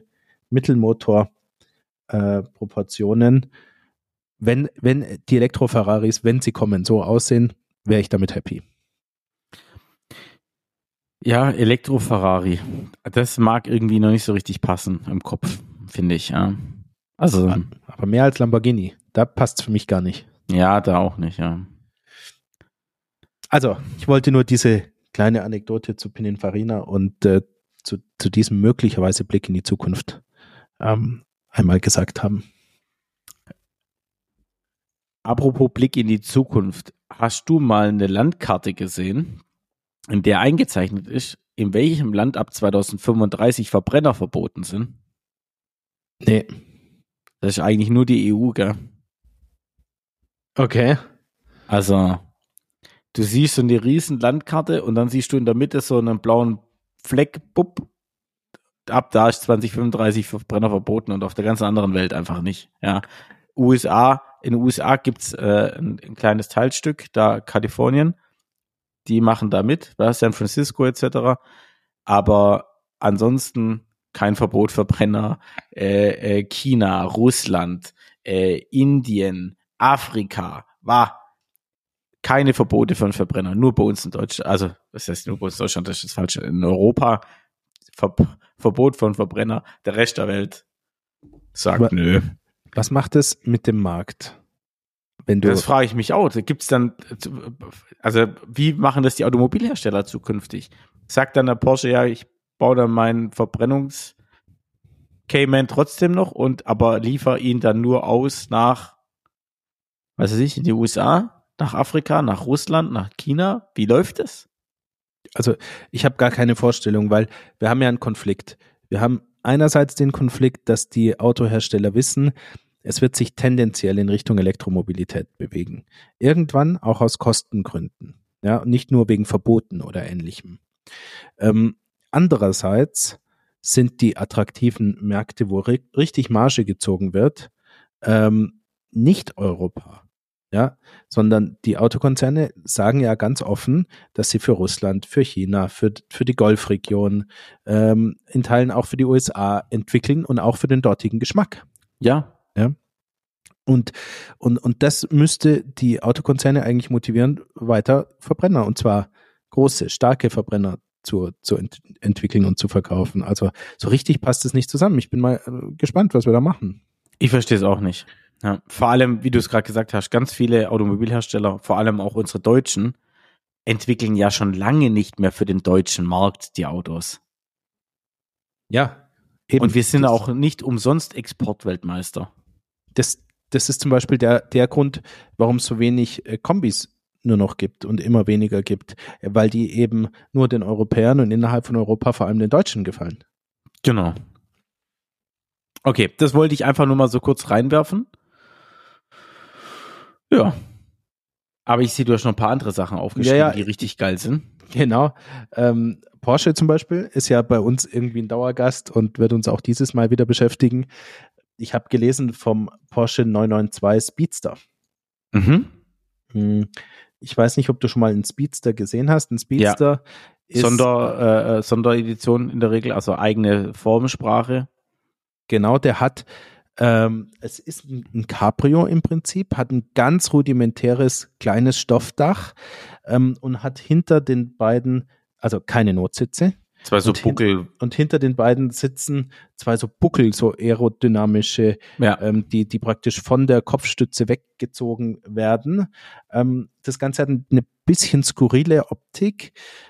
Mittelmotor-Proportionen. Wenn die Elektro-Ferraris, wenn sie kommen, so aussehen, wäre ich damit happy. Ja, Elektro-Ferrari. Das mag irgendwie noch nicht so richtig passen im Kopf, finde ich. Ja. Also, aber mehr als Lamborghini, da passt es für mich gar nicht. Ja, da auch nicht, ja. Also, ich wollte nur diese kleine Anekdote zu Pininfarina und zu diesem möglicherweise Blick in die Zukunft einmal gesagt haben. Apropos Blick in die Zukunft, hast du mal eine Landkarte gesehen, in der eingezeichnet ist, in welchem Land ab 2035 Verbrenner verboten sind? Nee. Das ist eigentlich nur die EU, gell? Okay. Also, du siehst so eine riesen Landkarte und dann siehst du in der Mitte so einen blauen Fleck, bupp, ab da ist 2035 Verbrenner verboten und auf der ganzen anderen Welt einfach nicht. Ja. In den USA gibt's ein kleines Teilstück, da Kalifornien, die machen da mit, San Francisco etc., aber ansonsten kein Verbot für Brenner. China, Russland, Indien, Afrika, keine Verbote für einen Verbrenner, nur bei uns in Deutschland, also das heißt nur bei uns in Deutschland, das ist das Falsche, in Europa Verbot von Verbrenner, der Rest der Welt sagt nö. Was macht es mit dem Markt? Das frage ich mich auch. Da gibt's dann, also wie machen das die Automobilhersteller zukünftig? Sagt dann der Porsche, ja, ich baue dann meinen Verbrennungs-Cayman trotzdem noch aber liefere ihn dann nur aus nach, was weiß ich, in die USA, nach Afrika, nach Russland, nach China. Wie läuft das? Also ich habe gar keine Vorstellung, weil wir haben ja einen Konflikt. Wir haben einerseits den Konflikt, dass die Autohersteller wissen, es wird sich tendenziell in Richtung Elektromobilität bewegen. Irgendwann auch aus Kostengründen. Ja, nicht nur wegen Verboten oder Ähnlichem. Andererseits sind die attraktiven Märkte, wo richtig Marge gezogen wird, nicht Europa. Ja, sondern die Autokonzerne sagen ja ganz offen, dass sie für Russland, für China, für die Golfregion, in Teilen auch für die USA entwickeln und auch für den dortigen Geschmack. Ja. Ja. Und das müsste die Autokonzerne eigentlich motivieren, weiter Verbrenner, und zwar große, starke Verbrenner zu entwickeln und zu verkaufen. Also so richtig passt es nicht zusammen. Ich bin mal gespannt, was wir da machen. Ich verstehe es auch nicht. Ja, vor allem, wie du es gerade gesagt hast, ganz viele Automobilhersteller, vor allem auch unsere Deutschen, entwickeln ja schon lange nicht mehr für den deutschen Markt die Autos. Ja, eben. Und wir sind auch nicht umsonst Exportweltmeister. Das ist zum Beispiel der Grund, warum es so wenig Kombis nur noch gibt und immer weniger gibt, weil die eben nur den Europäern und innerhalb von Europa vor allem den Deutschen gefallen. Genau. Okay, das wollte ich einfach nur mal so kurz reinwerfen. Ja. Aber ich sehe, du hast noch ein paar andere Sachen aufgeschrieben, die richtig geil sind. Genau. Porsche zum Beispiel ist ja bei uns irgendwie ein Dauergast und wird uns auch dieses Mal wieder beschäftigen. Ich habe gelesen vom Porsche 992 Speedster. Mhm. Ich weiß nicht, ob du schon mal einen Speedster gesehen hast. Ein Speedster ist Sonderedition in der Regel, also eigene Formensprache. Genau, der hat es ist ein Cabrio im Prinzip, hat ein ganz rudimentäres kleines Stoffdach und hat hinter den beiden, also keine Notsitze. Zwei so Buckel. Und hinter den beiden Sitzen zwei so Buckel, so aerodynamische, die praktisch von der Kopfstütze weggezogen werden. Das Ganze hat eine bisschen skurrile Optik,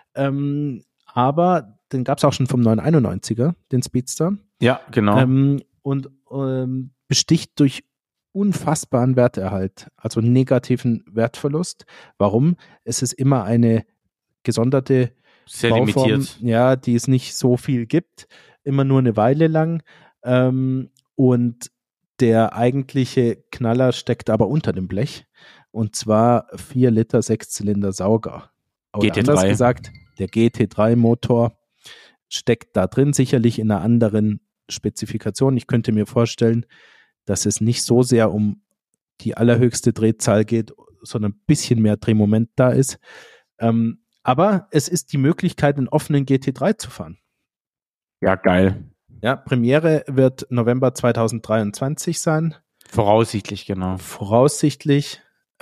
aber den gab es auch schon vom 991er, den Speedster. Ja, genau. Und besticht durch unfassbaren Werterhalt, also negativen Wertverlust. Warum? Es ist immer eine gesonderte sehr Bauform, limitiert. Ja, die es nicht so viel gibt, immer nur eine Weile lang. Und der eigentliche Knaller steckt aber unter dem Blech. Und zwar 4 Liter 6-Zylinder Sauger. Oder GT3. anders gesagt, der GT3-Motor steckt da drin, sicherlich in einer anderen Spezifikation. Ich könnte mir vorstellen, dass es nicht so sehr um die allerhöchste Drehzahl geht, sondern ein bisschen mehr Drehmoment da ist. Aber es ist die Möglichkeit, einen offenen GT3 zu fahren. Ja, geil. Ja, Premiere wird November 2023 sein. Voraussichtlich, genau. Voraussichtlich.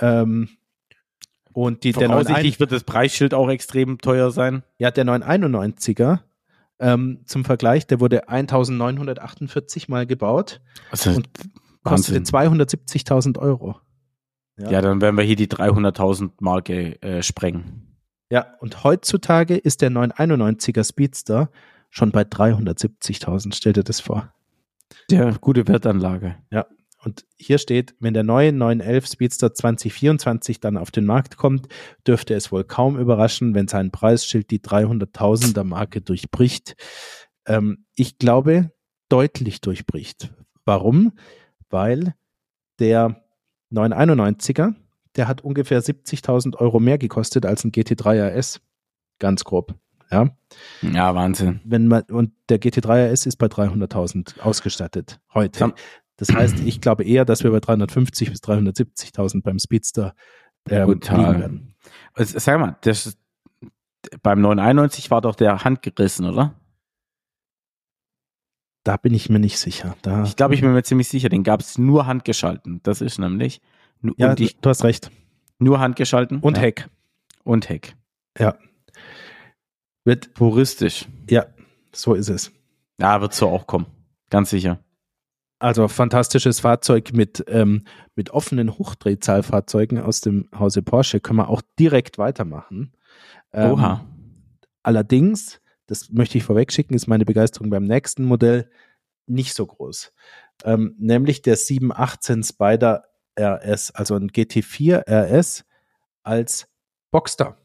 Und voraussichtlich wird das Preisschild auch extrem teuer sein. Ja, der 991er, zum Vergleich, der wurde 1948 Mal gebaut und kostete 270.000 Euro. Ja, dann werden wir hier die 300.000 Marke sprengen. Ja, und heutzutage ist der 991er Speedster schon bei 370.000. Stell dir das vor. Ja, gute Wertanlage. Ja, und hier steht, wenn der neue 911 Speedster 2024 dann auf den Markt kommt, dürfte es wohl kaum überraschen, wenn sein Preisschild die 300.000er Marke durchbricht. Ich glaube, deutlich durchbricht. Warum? Weil der 991er, der hat ungefähr 70.000 Euro mehr gekostet als ein GT3 RS. Ganz grob. Ja, Wahnsinn. Und der GT3 RS ist bei 300.000 ausgestattet heute. Das heißt, ich glaube eher, dass wir bei 350.000 bis 370.000 beim Speedster liegen werden. Sag mal, beim 991 war doch der handgerissen, oder? Da bin ich mir nicht sicher. Ich glaube, ich bin mir ziemlich sicher, den gab es nur handgeschalten. Das ist nämlich. Ja, du hast recht. Nur handgeschalten. Und Heck. Und Heck. Ja. Wird puristisch. Ja, so ist es. Ja, wird so auch kommen. Ganz sicher. Also fantastisches Fahrzeug mit offenen Hochdrehzahlfahrzeugen aus dem Hause Porsche können wir auch direkt weitermachen. Oha. Allerdings, das möchte ich vorwegschicken, ist meine Begeisterung beim nächsten Modell nicht so groß. Nämlich der 718 Spider RS, also ein GT4 RS als Boxster.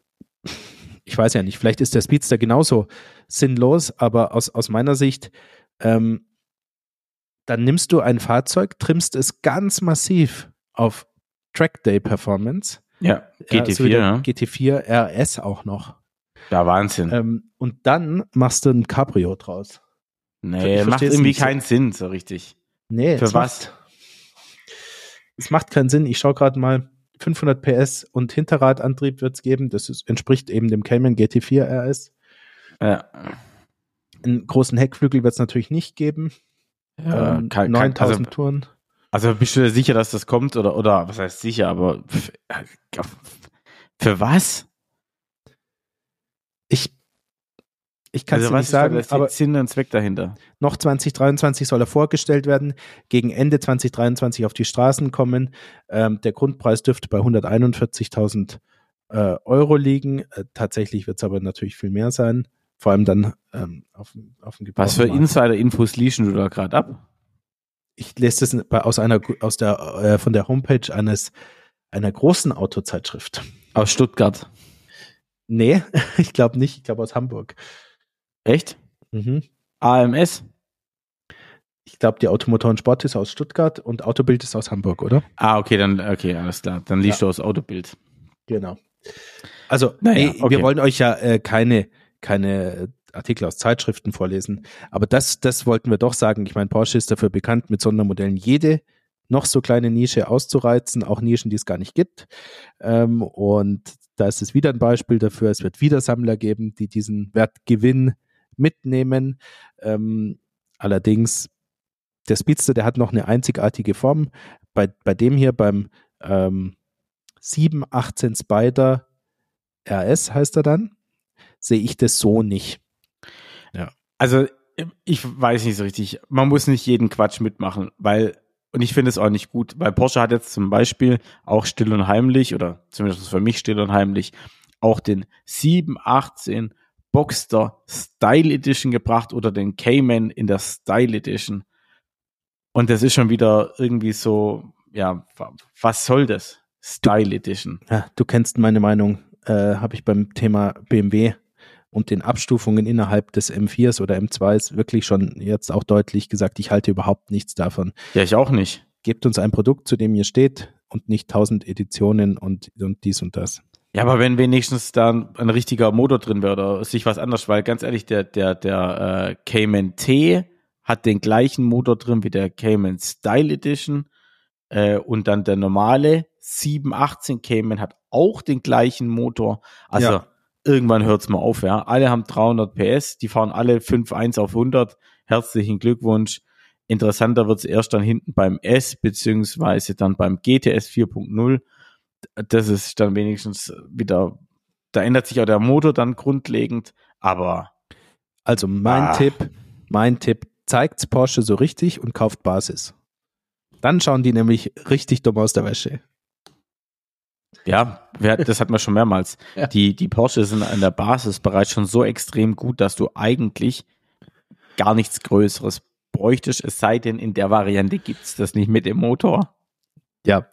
Ich weiß ja nicht, vielleicht ist der Speedster genauso sinnlos, aber aus meiner Sicht dann nimmst du ein Fahrzeug, trimmst es ganz massiv auf Trackday Performance. Ja, GT4, so wie der ja. GT4 RS auch noch. Ja, Wahnsinn. Und dann machst du ein Cabrio draus. Nee, Ich macht verstehe es irgendwie nicht. keinen Sinn, so richtig. Nee, Für was? Es macht keinen Sinn. Ich schaue gerade mal, 500 PS und Hinterradantrieb wird es geben. Entspricht eben dem Cayman GT4 RS. Ja. Einen großen Heckflügel wird es natürlich nicht geben. Ja, 9000 Touren. Also bist du dir sicher, dass das kommt? Oder was heißt sicher, aber für was? Ich kann es dir nicht sagen, aber Sinn und Zweck dahinter. noch 2023 soll er vorgestellt werden, gegen Ende 2023 auf die Straßen kommen. Der Grundpreis dürfte bei 141.000 Euro liegen. Tatsächlich wird es aber natürlich viel mehr sein, vor allem dann auf dem Gebrauchsmarkt. Was für Insider-Infos liest du da gerade ab? Ich lese das von der Homepage einer großen Autozeitschrift. Aus Stuttgart. Nee, ich glaube nicht. Ich glaube aus Hamburg. Echt? Mhm. AMS? Ich glaube, die Automotor und Sport ist aus Stuttgart und Autobild ist aus Hamburg, oder? Okay, alles klar. Dann liest du aus Autobild. Genau. Also, okay. Wir wollen euch ja keine Artikel aus Zeitschriften vorlesen, aber das wollten wir doch sagen. Ich meine, Porsche ist dafür bekannt, mit Sondermodellen jede noch so kleine Nische auszureizen, auch Nischen, die es gar nicht gibt. Und da ist es wieder ein Beispiel dafür. Es wird wieder Sammler geben, die diesen Wertgewinn mitnehmen. Allerdings, der Speedster, der hat noch eine einzigartige Form. Bei dem hier, beim 718 Spider RS heißt er dann, sehe ich das so nicht. Ja. Also, ich weiß nicht so richtig. Man muss nicht jeden Quatsch mitmachen, und ich finde es auch nicht gut, weil Porsche hat jetzt zum Beispiel auch still und heimlich, oder zumindest für mich still und heimlich, auch den 718 Boxster Style Edition gebracht oder den Cayman in der Style Edition. Und das ist schon wieder irgendwie so, ja, was soll das? Style Edition. Ja, du kennst meine Meinung, habe ich beim Thema BMW und den Abstufungen innerhalb des M4s oder M2s wirklich schon jetzt auch deutlich gesagt, ich halte überhaupt nichts davon. Ja, ich auch nicht. Gebt uns ein Produkt, zu dem ihr steht und nicht 1000 Editionen und dies und das. Ja, aber wenn wenigstens da ein richtiger Motor drin wäre oder sich was anderes, weil ganz ehrlich, der Cayman T hat den gleichen Motor drin wie der Cayman Style Edition und dann der normale 718 Cayman hat auch den gleichen Motor. Also irgendwann hört's mal auf, ja. Alle haben 300 PS, die fahren alle 5.1 auf 100. Herzlichen Glückwunsch. Interessanter wird's erst dann hinten beim S, beziehungsweise dann beim GTS 4.0. Das ist dann wenigstens wieder, da ändert sich auch der Motor dann grundlegend, aber. Also mein Tipp, zeigt's Porsche so richtig und kauft Basis. Dann schauen die nämlich richtig dumm aus der Wäsche. Ja, das hat man schon mehrmals. Ja. Die Porsche sind an der Basis bereits schon so extrem gut, dass du eigentlich gar nichts Größeres bräuchtest, es sei denn, in der Variante gibt's das nicht mit dem Motor. Ja.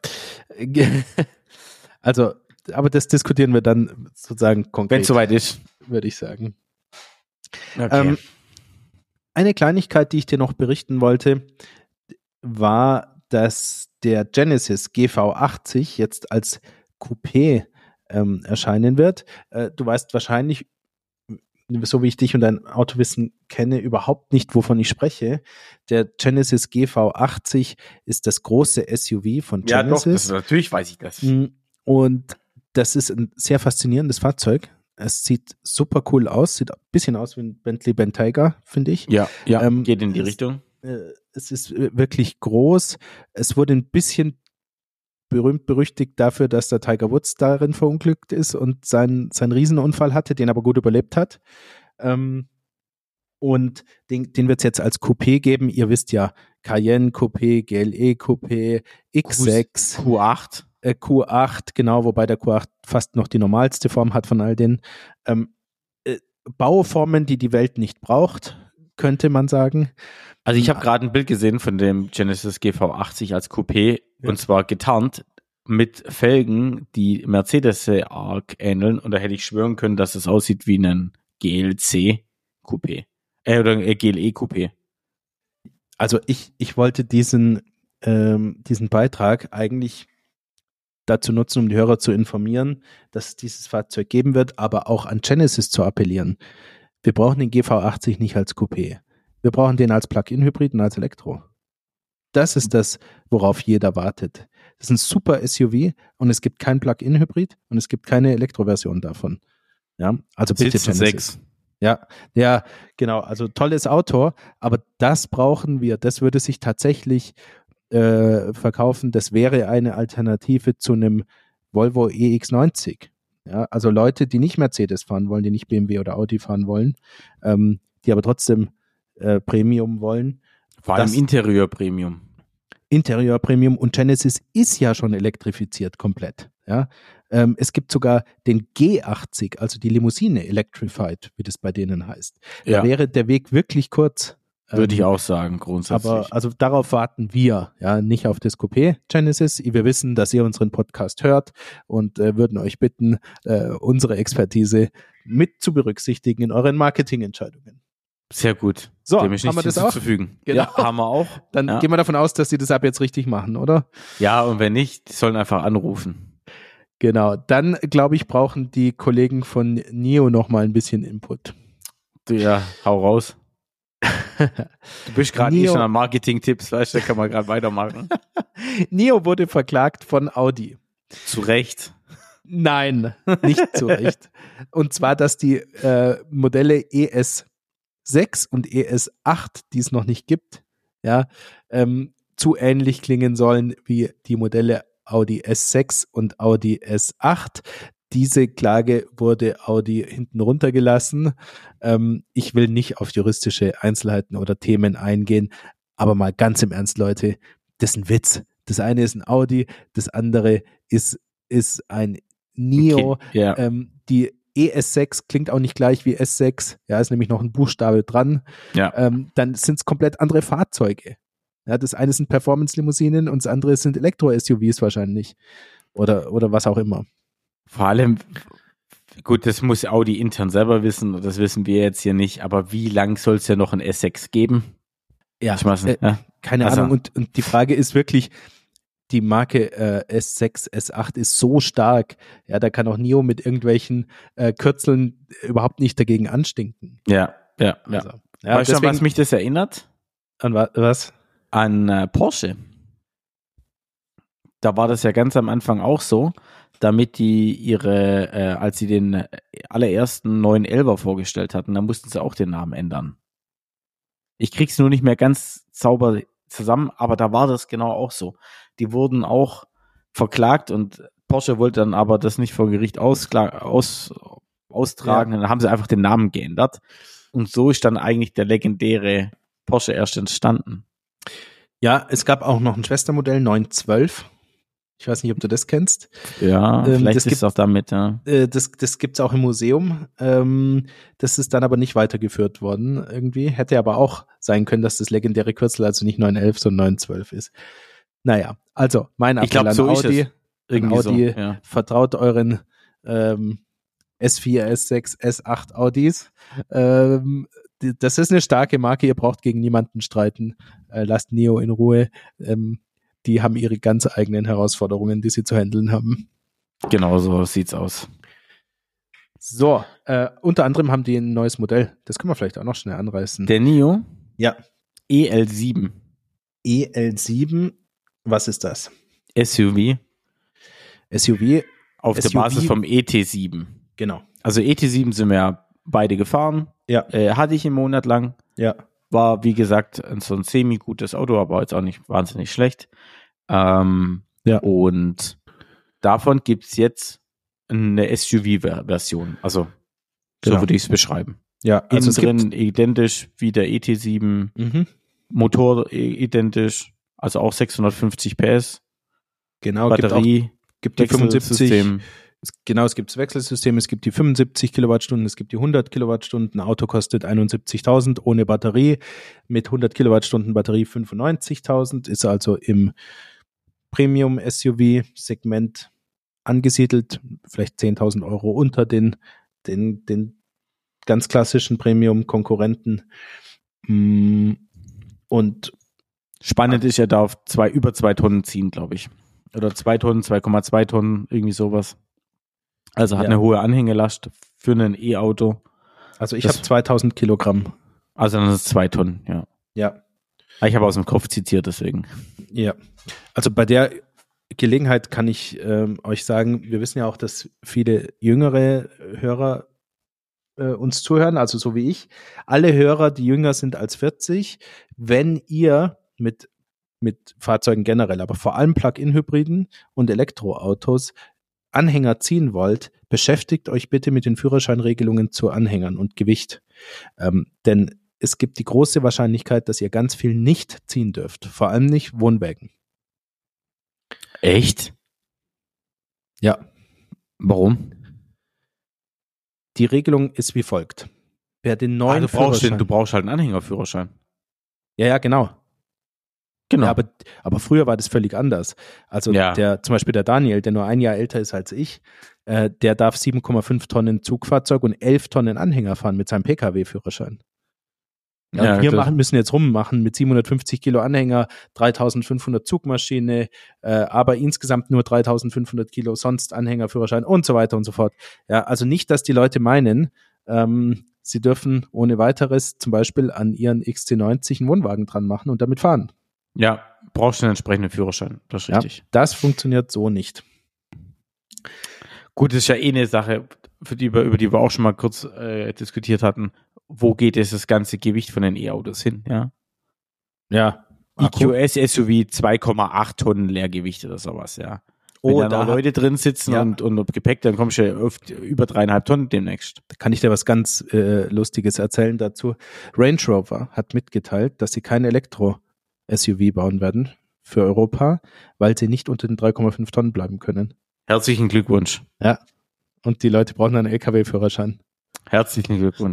Also, aber das diskutieren wir dann sozusagen konkret. Wenn es soweit ist. Würde ich sagen. Okay. Eine Kleinigkeit, die ich dir noch berichten wollte, war, dass der Genesis GV80 jetzt als Coupé erscheinen wird. Du weißt wahrscheinlich, so wie ich dich und dein Autowissen kenne, überhaupt nicht, wovon ich spreche. Der Genesis GV80 ist das große SUV von Genesis. Ja, doch, natürlich weiß ich das. Und das ist ein sehr faszinierendes Fahrzeug. Es sieht super cool aus, sieht ein bisschen aus wie ein Bentley Bentayga, finde ich. Ja, geht in die Richtung. Es ist wirklich groß. Es wurde ein bisschen berühmt-berüchtigt dafür, dass der Tiger Woods darin verunglückt ist und seinen Riesenunfall hatte, den aber gut überlebt hat. Und den wird es jetzt als Coupé geben. Ihr wisst ja, Cayenne Coupé, GLE Coupé, X6, Q8. Q8, genau, wobei der Q8 fast noch die normalste Form hat von all den Bauformen, die die Welt nicht braucht, könnte man sagen. Also ich habe gerade ein Bild gesehen von dem Genesis GV80 als Coupé und zwar getarnt mit Felgen, die Mercedes arg ähneln und da hätte ich schwören können, dass es aussieht wie ein GLC Coupé oder ein GLE Coupé. Also ich wollte diesen Beitrag eigentlich dazu nutzen, um die Hörer zu informieren, dass es dieses Fahrzeug geben wird, aber auch an Genesis zu appellieren. Wir brauchen den GV80 nicht als Coupé. Wir brauchen den als Plug-in-Hybrid und als Elektro. Das ist das, worauf jeder wartet. Das ist ein super SUV und es gibt kein Plug-in-Hybrid und es gibt keine Elektroversion davon. Ja, also bitte Sitzen Genesis. 6. Ja, genau. Also tolles Auto, aber das brauchen wir. Das würde sich tatsächlich verkaufen. Das wäre eine Alternative zu einem Volvo EX90. Ja, also Leute, die nicht Mercedes fahren wollen, die nicht BMW oder Audi fahren wollen, die aber trotzdem Premium wollen. Vor allem Interieur Premium. Interieur Premium und Genesis ist ja schon elektrifiziert komplett. Ja? Es gibt sogar den G80, also die Limousine Electrified, wie das bei denen heißt. Da Ja. wäre der Weg wirklich kurz. Würde ich auch sagen, grundsätzlich. Aber also darauf warten wir, ja, nicht auf das Coupé Genesis. Wir wissen, dass ihr unseren Podcast hört und würden euch bitten, unsere Expertise mit zu berücksichtigen in euren Marketingentscheidungen. Sehr gut. So, dem ist haben wir nichts das auch? hinzuzufügen. Genau. Ja, haben wir auch. Dann gehen wir davon aus, dass sie das ab jetzt richtig machen, oder? Ja, und wenn nicht, die sollen einfach anrufen. Genau, dann glaube ich, brauchen die Kollegen von NIO noch mal ein bisschen Input. Ja, hau raus. Du bist gerade schon an Marketing-Tipps, weißt du, da kann man gerade weitermachen. NIO wurde verklagt von Audi. Zu Recht. Nein, nicht zu Recht. Und zwar, dass die Modelle ES6 und ES8, die es noch nicht gibt, ja, zu ähnlich klingen sollen wie die Modelle Audi S6 und Audi S8. Diese Klage wurde Audi hinten runtergelassen. Ich will nicht auf juristische Einzelheiten oder Themen eingehen, aber mal ganz im Ernst, Leute, das ist ein Witz. Das eine ist ein Audi, das andere ist ein NIO. Okay, ja. Die ES6 klingt auch nicht gleich wie S6, ja, ist nämlich noch ein Buchstabe dran. Ja. Dann sind es komplett andere Fahrzeuge. Ja, das eine sind Performance-Limousinen und das andere sind Elektro-SUVs wahrscheinlich. Oder was auch immer. Vor allem, gut, das muss Audi intern selber wissen, das wissen wir jetzt hier nicht, aber wie lang soll es ja noch ein S6 geben? Ja, Ja. Keine Also. Ahnung. Und die Frage ist wirklich, die Marke S6, S8 ist so stark, ja, da kann auch NIO mit irgendwelchen Kürzeln überhaupt nicht dagegen anstinken. Ja. Also, ja, Weißt du, an was mich das erinnert? An was? An Porsche. Da war das ja ganz am Anfang auch so, damit die als sie den allerersten 911er vorgestellt hatten, da mussten sie auch den Namen ändern. Ich krieg's nur nicht mehr ganz sauber zusammen, aber da war das genau auch so. Die wurden auch verklagt und Porsche wollte dann aber das nicht vor Gericht austragen, dann haben sie einfach den Namen geändert. Und so ist dann eigentlich der legendäre Porsche erst entstanden. Ja, es gab auch noch ein Schwestermodell 912. Ich weiß nicht, ob du das kennst. Ja, vielleicht ist es auch damit, ja. Das gibt's auch im Museum. Das ist dann aber nicht weitergeführt worden irgendwie. Hätte aber auch sein können, dass das legendäre Kürzel also nicht 911, sondern 912 ist. Naja, also mein Appell an Audi. Audi, so, ja. Vertraut euren S4, S6, S8 Audis. Das ist eine starke Marke, ihr braucht gegen niemanden streiten. Lasst NIO in Ruhe. Die haben ihre ganz eigenen Herausforderungen, die sie zu handeln haben. Genau so sieht's aus. So, unter anderem haben die ein neues Modell. Das können wir vielleicht auch noch schnell anreißen. Der NIO? Ja. EL7. EL7, was ist das? SUV. Auf der Basis vom ET7. Genau. Also ET7 sind wir ja beide gefahren. Ja. Hatte ich einen Monat lang. Ja. War, wie gesagt, so ein semi-gutes Auto, aber jetzt auch nicht wahnsinnig schlecht. Und davon gibt's jetzt eine SUV-Version. Also, so würde ich es beschreiben. Ja, also Innen drin identisch wie der ET7, Motor identisch, also auch 650 PS. Genau, Batterie, gibt die 75. Genau, es gibt das Wechselsystem, es gibt die 75 Kilowattstunden, es gibt die 100 Kilowattstunden, Auto kostet 71.000 ohne Batterie, mit 100 Kilowattstunden Batterie 95.000, ist also im Premium-SUV-Segment angesiedelt, vielleicht 10.000 Euro unter den ganz klassischen Premium-Konkurrenten. Und Spannend ist ja, da auf über 2 Tonnen ziehen, glaube ich. Oder 2 Tonnen, 2,2 Tonnen, irgendwie sowas. Also hat eine hohe Anhängelast für ein E-Auto. Also ich habe 2000 Kilogramm. Also dann ist es 2 Tonnen, ja. Ja. Ich habe aus dem Kopf zitiert, deswegen. Ja. Also bei der Gelegenheit kann ich euch sagen, wir wissen ja auch, dass viele jüngere Hörer uns zuhören, also so wie ich. Alle Hörer, die jünger sind als 40, wenn ihr mit Fahrzeugen generell, aber vor allem Plug-in-Hybriden und Elektroautos Anhänger ziehen wollt, beschäftigt euch bitte mit den Führerscheinregelungen zu Anhängern und Gewicht. Denn es gibt die große Wahrscheinlichkeit, dass ihr ganz viel nicht ziehen dürft, vor allem nicht Wohnwägen. Echt? Ja. Warum? Die Regelung ist wie folgt. Wer den neuen du brauchst halt einen Anhängerführerschein. Ja, genau. Genau. Ja, aber früher war das völlig anders. Also zum Beispiel der Daniel, der nur ein Jahr älter ist als ich, der darf 7,5 Tonnen Zugfahrzeug und 11 Tonnen Anhänger fahren mit seinem Pkw-Führerschein. Ja, wir müssen jetzt rummachen mit 750 Kilo Anhänger, 3500 Zugmaschine, aber insgesamt nur 3500 Kilo sonst Anhängerführerschein und so weiter und so fort. Ja, also nicht, dass die Leute meinen, sie dürfen ohne weiteres zum Beispiel an ihren XC90 einen Wohnwagen dran machen und damit fahren. Ja, brauchst du einen entsprechenden Führerschein, das ist richtig. Das funktioniert so nicht. Gut, das ist ja eine Sache, über die wir auch schon mal kurz diskutiert hatten. Wo geht das ganze Gewicht von den E-Autos hin? Ja. Ja. EQS SUV 2,8 Tonnen Leergewicht oder sowas, ja. Wenn da Leute drin sitzen und Gepäck, dann kommst du ja oft über 3,5 Tonnen demnächst. Da kann ich dir was ganz Lustiges erzählen dazu. Range Rover hat mitgeteilt, dass sie kein Elektro-SUV bauen werden für Europa, weil sie nicht unter den 3,5 Tonnen bleiben können. Herzlichen Glückwunsch. Ja. Und die Leute brauchen einen LKW-Führerschein. Herzlichen Glückwunsch.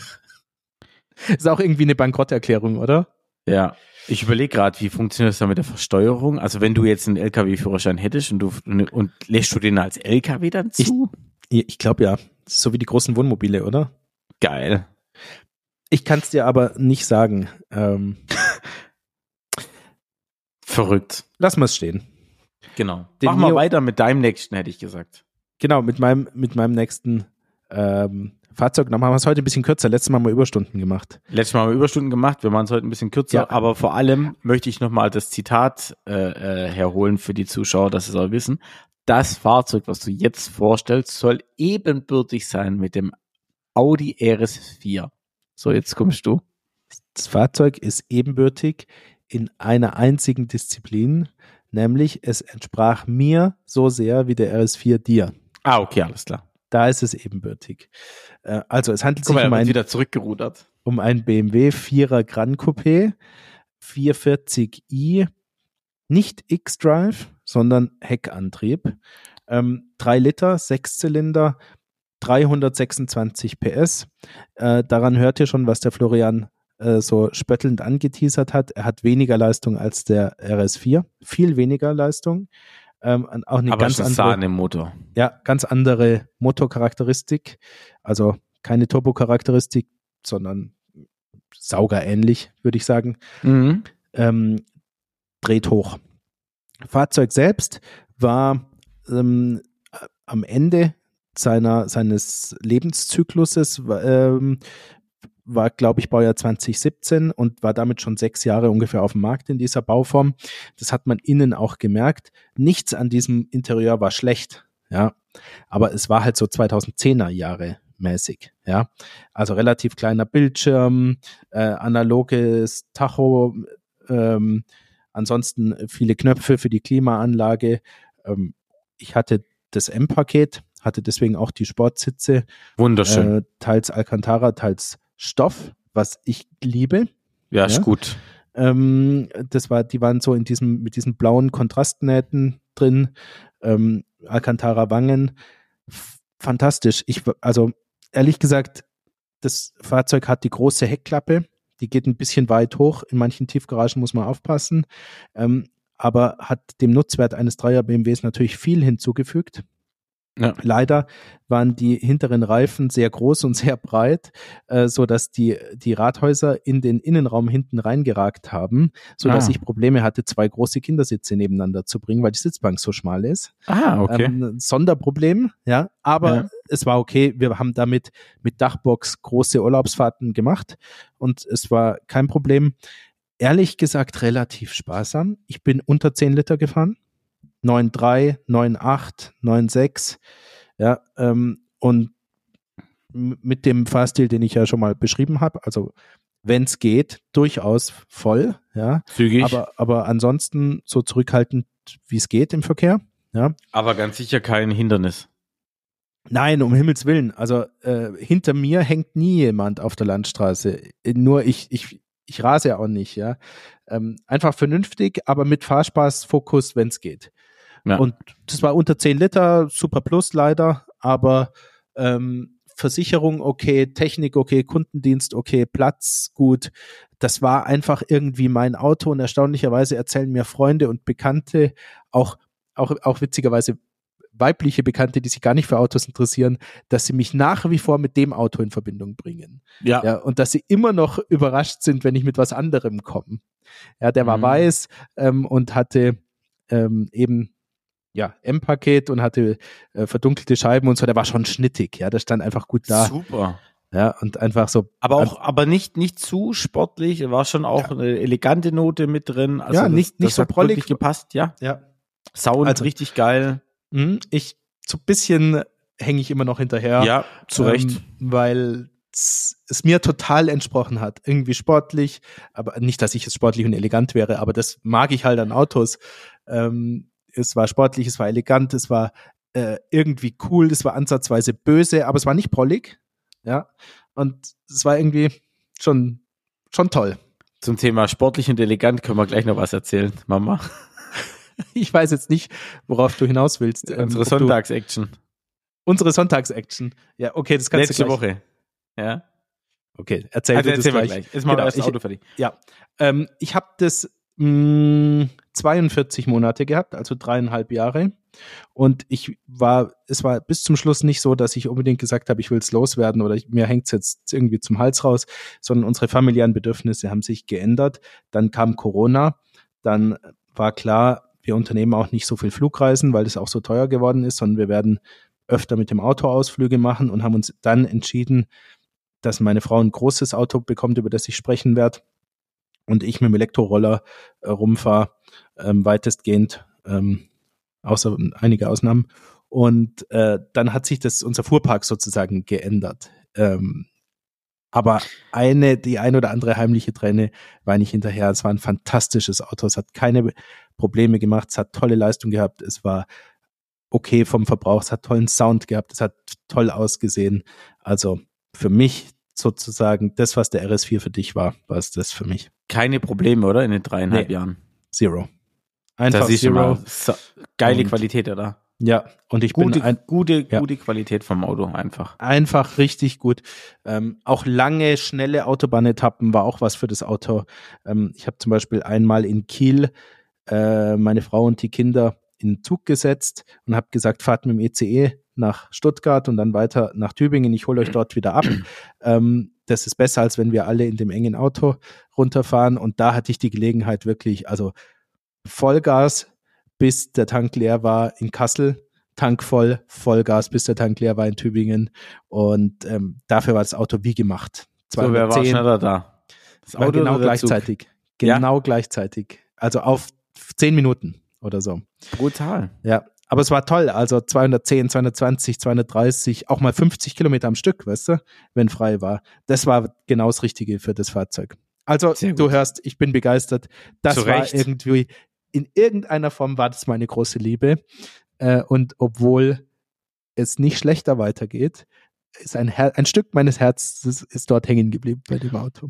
Ist auch irgendwie eine Bankrotterklärung, oder? Ja. Ich überlege gerade, wie funktioniert das dann mit der Versteuerung? Also wenn du jetzt einen LKW-Führerschein hättest und lässt du den als LKW dann zu? Ich glaube ja. So wie die großen Wohnmobile, oder? Geil. Ich kann es dir aber nicht sagen. Verrückt. Lass mal es stehen. Genau. Mach mal weiter mit deinem nächsten, hätte ich gesagt. Genau, mit meinem nächsten Fahrzeug. Dann machen wir es heute ein bisschen kürzer. Letztes Mal haben wir Überstunden gemacht. Wir machen es heute ein bisschen kürzer. Ja. Aber vor allem möchte ich nochmal das Zitat herholen für die Zuschauer, dass sie es auch wissen. Das Fahrzeug, was du jetzt vorstellst, soll ebenbürtig sein mit dem Audi RS4. So, jetzt kommst du. Das Fahrzeug ist ebenbürtig in einer einzigen Disziplin, nämlich es entsprach mir so sehr wie der RS4 dir. Ah, okay, alles klar. Da ist es ebenbürtig. Also es handelt sich um ein BMW 4er Gran Coupé 440i, nicht X-Drive, sondern Heckantrieb. 3 Liter, 6-Zylinder, 326 PS. Daran hört ihr schon, was der Florian so spöttelnd angeteasert hat. Er hat weniger Leistung als der RS4, viel weniger Leistung. Auch eine ganz andere Sahne-Motor. Ja, ganz andere Motorcharakteristik. Also keine Turbocharakteristik, sondern saugerähnlich, würde ich sagen. Mhm. Dreht hoch. Fahrzeug selbst war am Ende seines Lebenszykluses war, glaube ich, Baujahr 2017 und war damit schon 6 Jahre ungefähr auf dem Markt in dieser Bauform. Das hat man innen auch gemerkt. Nichts an diesem Interieur war schlecht, ja, aber es war halt so 2010er Jahre mäßig, ja. Also relativ kleiner Bildschirm, analoges Tacho, ansonsten viele Knöpfe für die Klimaanlage. Ich hatte das M-Paket, hatte deswegen auch die Sportsitze. Wunderschön. Teils Alcantara, teils Stoff, was ich liebe. Ja, ist gut. Die waren so mit diesen blauen Kontrastnähten drin. Alcantara Wangen. Fantastisch. Also ehrlich gesagt, das Fahrzeug hat die große Heckklappe. Die geht ein bisschen weit hoch. In manchen Tiefgaragen muss man aufpassen. Aber hat dem Nutzwert eines 3er BMWs natürlich viel hinzugefügt. Ja. Leider waren die hinteren Reifen sehr groß und sehr breit, so dass die Rathäuser in den Innenraum hinten reingeragt haben, so dass ich Probleme hatte, 2 große Kindersitze nebeneinander zu bringen, weil die Sitzbank so schmal ist. Okay. Sonderproblem, ja, aber Ja. es war okay. Wir haben damit mit Dachbox große Urlaubsfahrten gemacht und es war kein Problem. Ehrlich gesagt relativ sparsam. Ich bin unter 10 Liter gefahren. 9,3, 9,8, 9,6, ja, und mit dem Fahrstil, den ich ja schon mal beschrieben habe, also wenn es geht, durchaus voll, ja, Zügig. aber ansonsten so zurückhaltend, wie es geht im Verkehr, ja. Aber ganz sicher kein Hindernis. Nein, um Himmels Willen, also hinter mir hängt nie jemand auf der Landstraße, nur ich rase ja auch nicht, ja. Einfach vernünftig, aber mit Fahrspaßfokus, wenn es geht. Ja. Und das war unter 10 Liter, Super Plus leider, aber Versicherung okay, Technik okay, Kundendienst okay, Platz gut. Das war einfach irgendwie mein Auto und erstaunlicherweise erzählen mir Freunde und Bekannte, auch witzigerweise weibliche Bekannte, die sich gar nicht für Autos interessieren, dass sie mich nach wie vor mit dem Auto in Verbindung bringen. Ja, und dass sie immer noch überrascht sind, wenn ich mit was anderem komme. Ja, der war weiß und hatte eben ja, M-Paket und hatte verdunkelte Scheiben und so, der war schon schnittig, ja, der stand einfach gut da. Super. Ja, und einfach so. Aber nicht zu sportlich, da war schon auch eine elegante Note mit drin. Also ja, nicht so prollig. Wirklich gepasst, ja. Ja. Sound, also, richtig geil. So ein bisschen hänge ich immer noch hinterher. Ja, zu Recht. Weil es mir total entsprochen hat. Irgendwie sportlich, aber nicht, dass ich jetzt sportlich und elegant wäre, aber das mag ich halt an Autos. Es war sportlich, es war elegant, es war irgendwie cool, es war ansatzweise böse, aber es war nicht prollig. Ja, und es war irgendwie schon toll. Zum Thema sportlich und elegant können wir gleich noch was erzählen, Mama. Ich weiß jetzt nicht, worauf du hinaus willst. Unsere Sonntagsaction. Unsere Sonntagsaction. Ja, okay, das kannst Letzte du gleich. Woche. Ja. Okay, erzähl du das gleich. Jetzt machen wir das Auto fertig. Ja, ich habe das 42 Monate gehabt, also 3,5 Jahre. Und es war bis zum Schluss nicht so, dass ich unbedingt gesagt habe, ich will es loswerden oder mir hängt es jetzt irgendwie zum Hals raus, sondern unsere familiären Bedürfnisse haben sich geändert. Dann kam Corona, dann war klar, wir unternehmen auch nicht so viel Flugreisen, weil das auch so teuer geworden ist, sondern wir werden öfter mit dem Auto Ausflüge machen und haben uns dann entschieden, dass meine Frau ein großes Auto bekommt, über das ich sprechen werde und ich mit dem Elektroroller rumfahre, weitestgehend, außer einige Ausnahmen. Und dann hat sich unser Fuhrpark sozusagen geändert. Aber die ein oder andere heimliche Träne weine ich hinterher. Es war ein fantastisches Auto. Es hat keine Probleme gemacht. Es hat tolle Leistung gehabt. Es war okay vom Verbrauch. Es hat tollen Sound gehabt. Es hat toll ausgesehen. Also für mich sozusagen das, was der RS4 für dich war es das für mich. Keine Probleme, oder? In den 3,5 Jahren. Zero. Einfach Zero. Geile Qualität, oder? Ja, und ich gute Qualität vom Auto einfach. Einfach richtig gut. Auch lange, schnelle Autobahnetappen war auch was für das Auto. Ich habe zum Beispiel einmal in Kiel meine Frau und die Kinder in den Zug gesetzt und habe gesagt, fahrt mit dem ECE nach Stuttgart und dann weiter nach Tübingen. Ich hole euch dort wieder ab. Das ist besser, als wenn wir alle in dem engen Auto runterfahren. Und da hatte ich die Gelegenheit wirklich, also Vollgas, bis der Tank leer war in Kassel, Tank voll, Vollgas, bis der Tank leer war in Tübingen. Und dafür war das Auto wie gemacht. So, wer war schneller da? Das Auto genau gleichzeitig. Genau gleichzeitig. Also auf 10 Minuten oder so. Brutal. Ja, aber es war toll. Also 210, 220, 230, auch mal 50 Kilometer am Stück, weißt du, wenn frei war. Das war genau das Richtige für das Fahrzeug. Also du hörst, ich bin begeistert. Das war irgendwie, in irgendeiner Form war das meine große Liebe. Und obwohl es nicht schlechter weitergeht, ist ein Stück meines Herzens ist dort hängen geblieben bei dem Auto.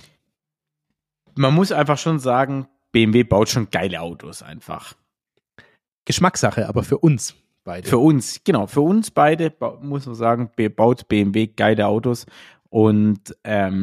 Man muss einfach schon sagen, BMW baut schon geile Autos einfach. Geschmackssache, aber für uns beide. Für uns beide, muss man sagen, baut BMW geile Autos. Und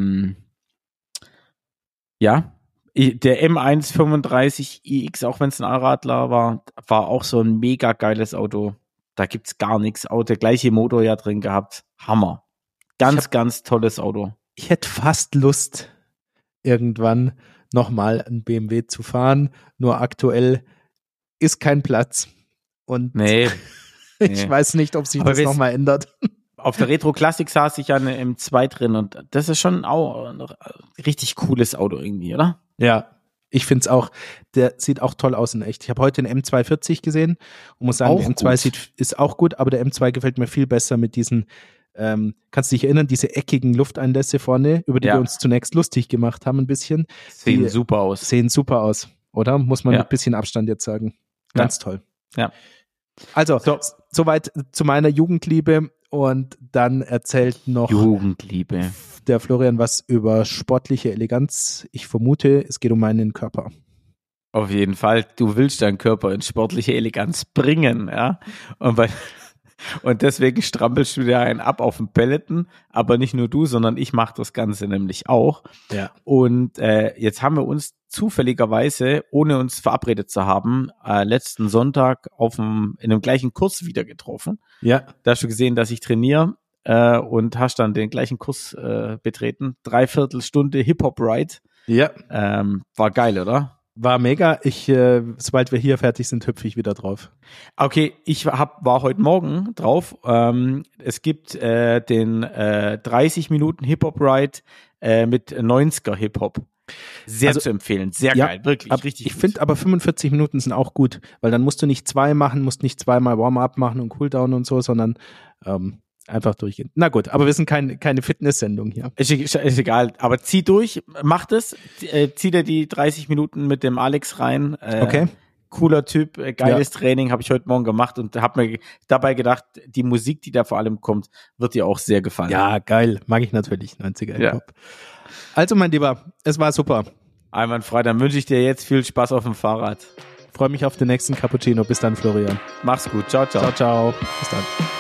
ja, der M1 35iX, auch wenn es ein Allradler war auch so ein mega geiles Auto. da gibt's gar nichts. Auch der gleiche Motor ja drin gehabt. Hammer. Ganz tolles Auto. Ich hätte fast Lust, irgendwann nochmal ein BMW zu fahren, nur aktuell ist kein Platz. Und ich weiß nicht, ob sich das nochmal ändert. Auf der Retro Classic saß ich ja eine M2 drin und das ist schon auch ein richtig cooles Auto irgendwie, oder? Ja, ich finde es auch, der sieht auch toll aus in echt. Ich habe heute den M240 gesehen und muss sagen, Auch der M2 ist auch gut, aber der M2 gefällt mir viel besser mit diesen, kannst du dich erinnern, diese eckigen Lufteinlässe vorne, über die wir uns zunächst lustig gemacht haben ein bisschen. Sehen super aus, oder? Muss man mit ein bisschen Abstand jetzt sagen. Ganz toll. Ja. Also, soweit zu meiner Jugendliebe. Und dann erzählt noch Jugendliebe der Florian was über sportliche Eleganz. Ich vermute, es geht um meinen Körper. Auf jeden Fall. Du willst deinen Körper in sportliche Eleganz bringen, ja. Und deswegen strampelst du dir einen ab auf dem Peloton, aber nicht nur du, sondern ich mache das Ganze nämlich auch. Ja. Und jetzt haben wir uns zufälligerweise, ohne uns verabredet zu haben, letzten Sonntag in einem gleichen Kurs wieder getroffen. Ja. Da hast du gesehen, dass ich trainiere und hast dann den gleichen Kurs betreten. 3/4 Stunde Hip-Hop-Ride. Ja. War geil, oder? War mega. Sobald wir hier fertig sind, hüpfe ich wieder drauf. Okay, war heute Morgen drauf. Es gibt den 30 Minuten Hip-Hop-Ride mit 90er Hip-Hop. Sehr zu empfehlen. Sehr geil. Wirklich, richtig Ich finde aber 45 Minuten sind auch gut, weil dann musst du nicht 2 machen, musst nicht 2-mal Warm-up machen und Cooldown und so, sondern einfach durchgehen. Na gut, aber wir sind keine Fitness-Sendung hier. Ist egal, aber zieh durch, mach das, zieh dir die 30 Minuten mit dem Alex rein. Okay. Cooler Typ, geiles Training, habe ich heute Morgen gemacht und habe mir dabei gedacht, die Musik, die da vor allem kommt, wird dir auch sehr gefallen. Ja, geil, mag ich natürlich, 90er Hip-Hop. Ja. Also mein Lieber, es war super. Einwandfrei, dann wünsche ich dir jetzt viel Spaß auf dem Fahrrad. Freue mich auf den nächsten Cappuccino. Bis dann, Florian. Mach's gut. Ciao, ciao. Ciao, ciao. Bis dann.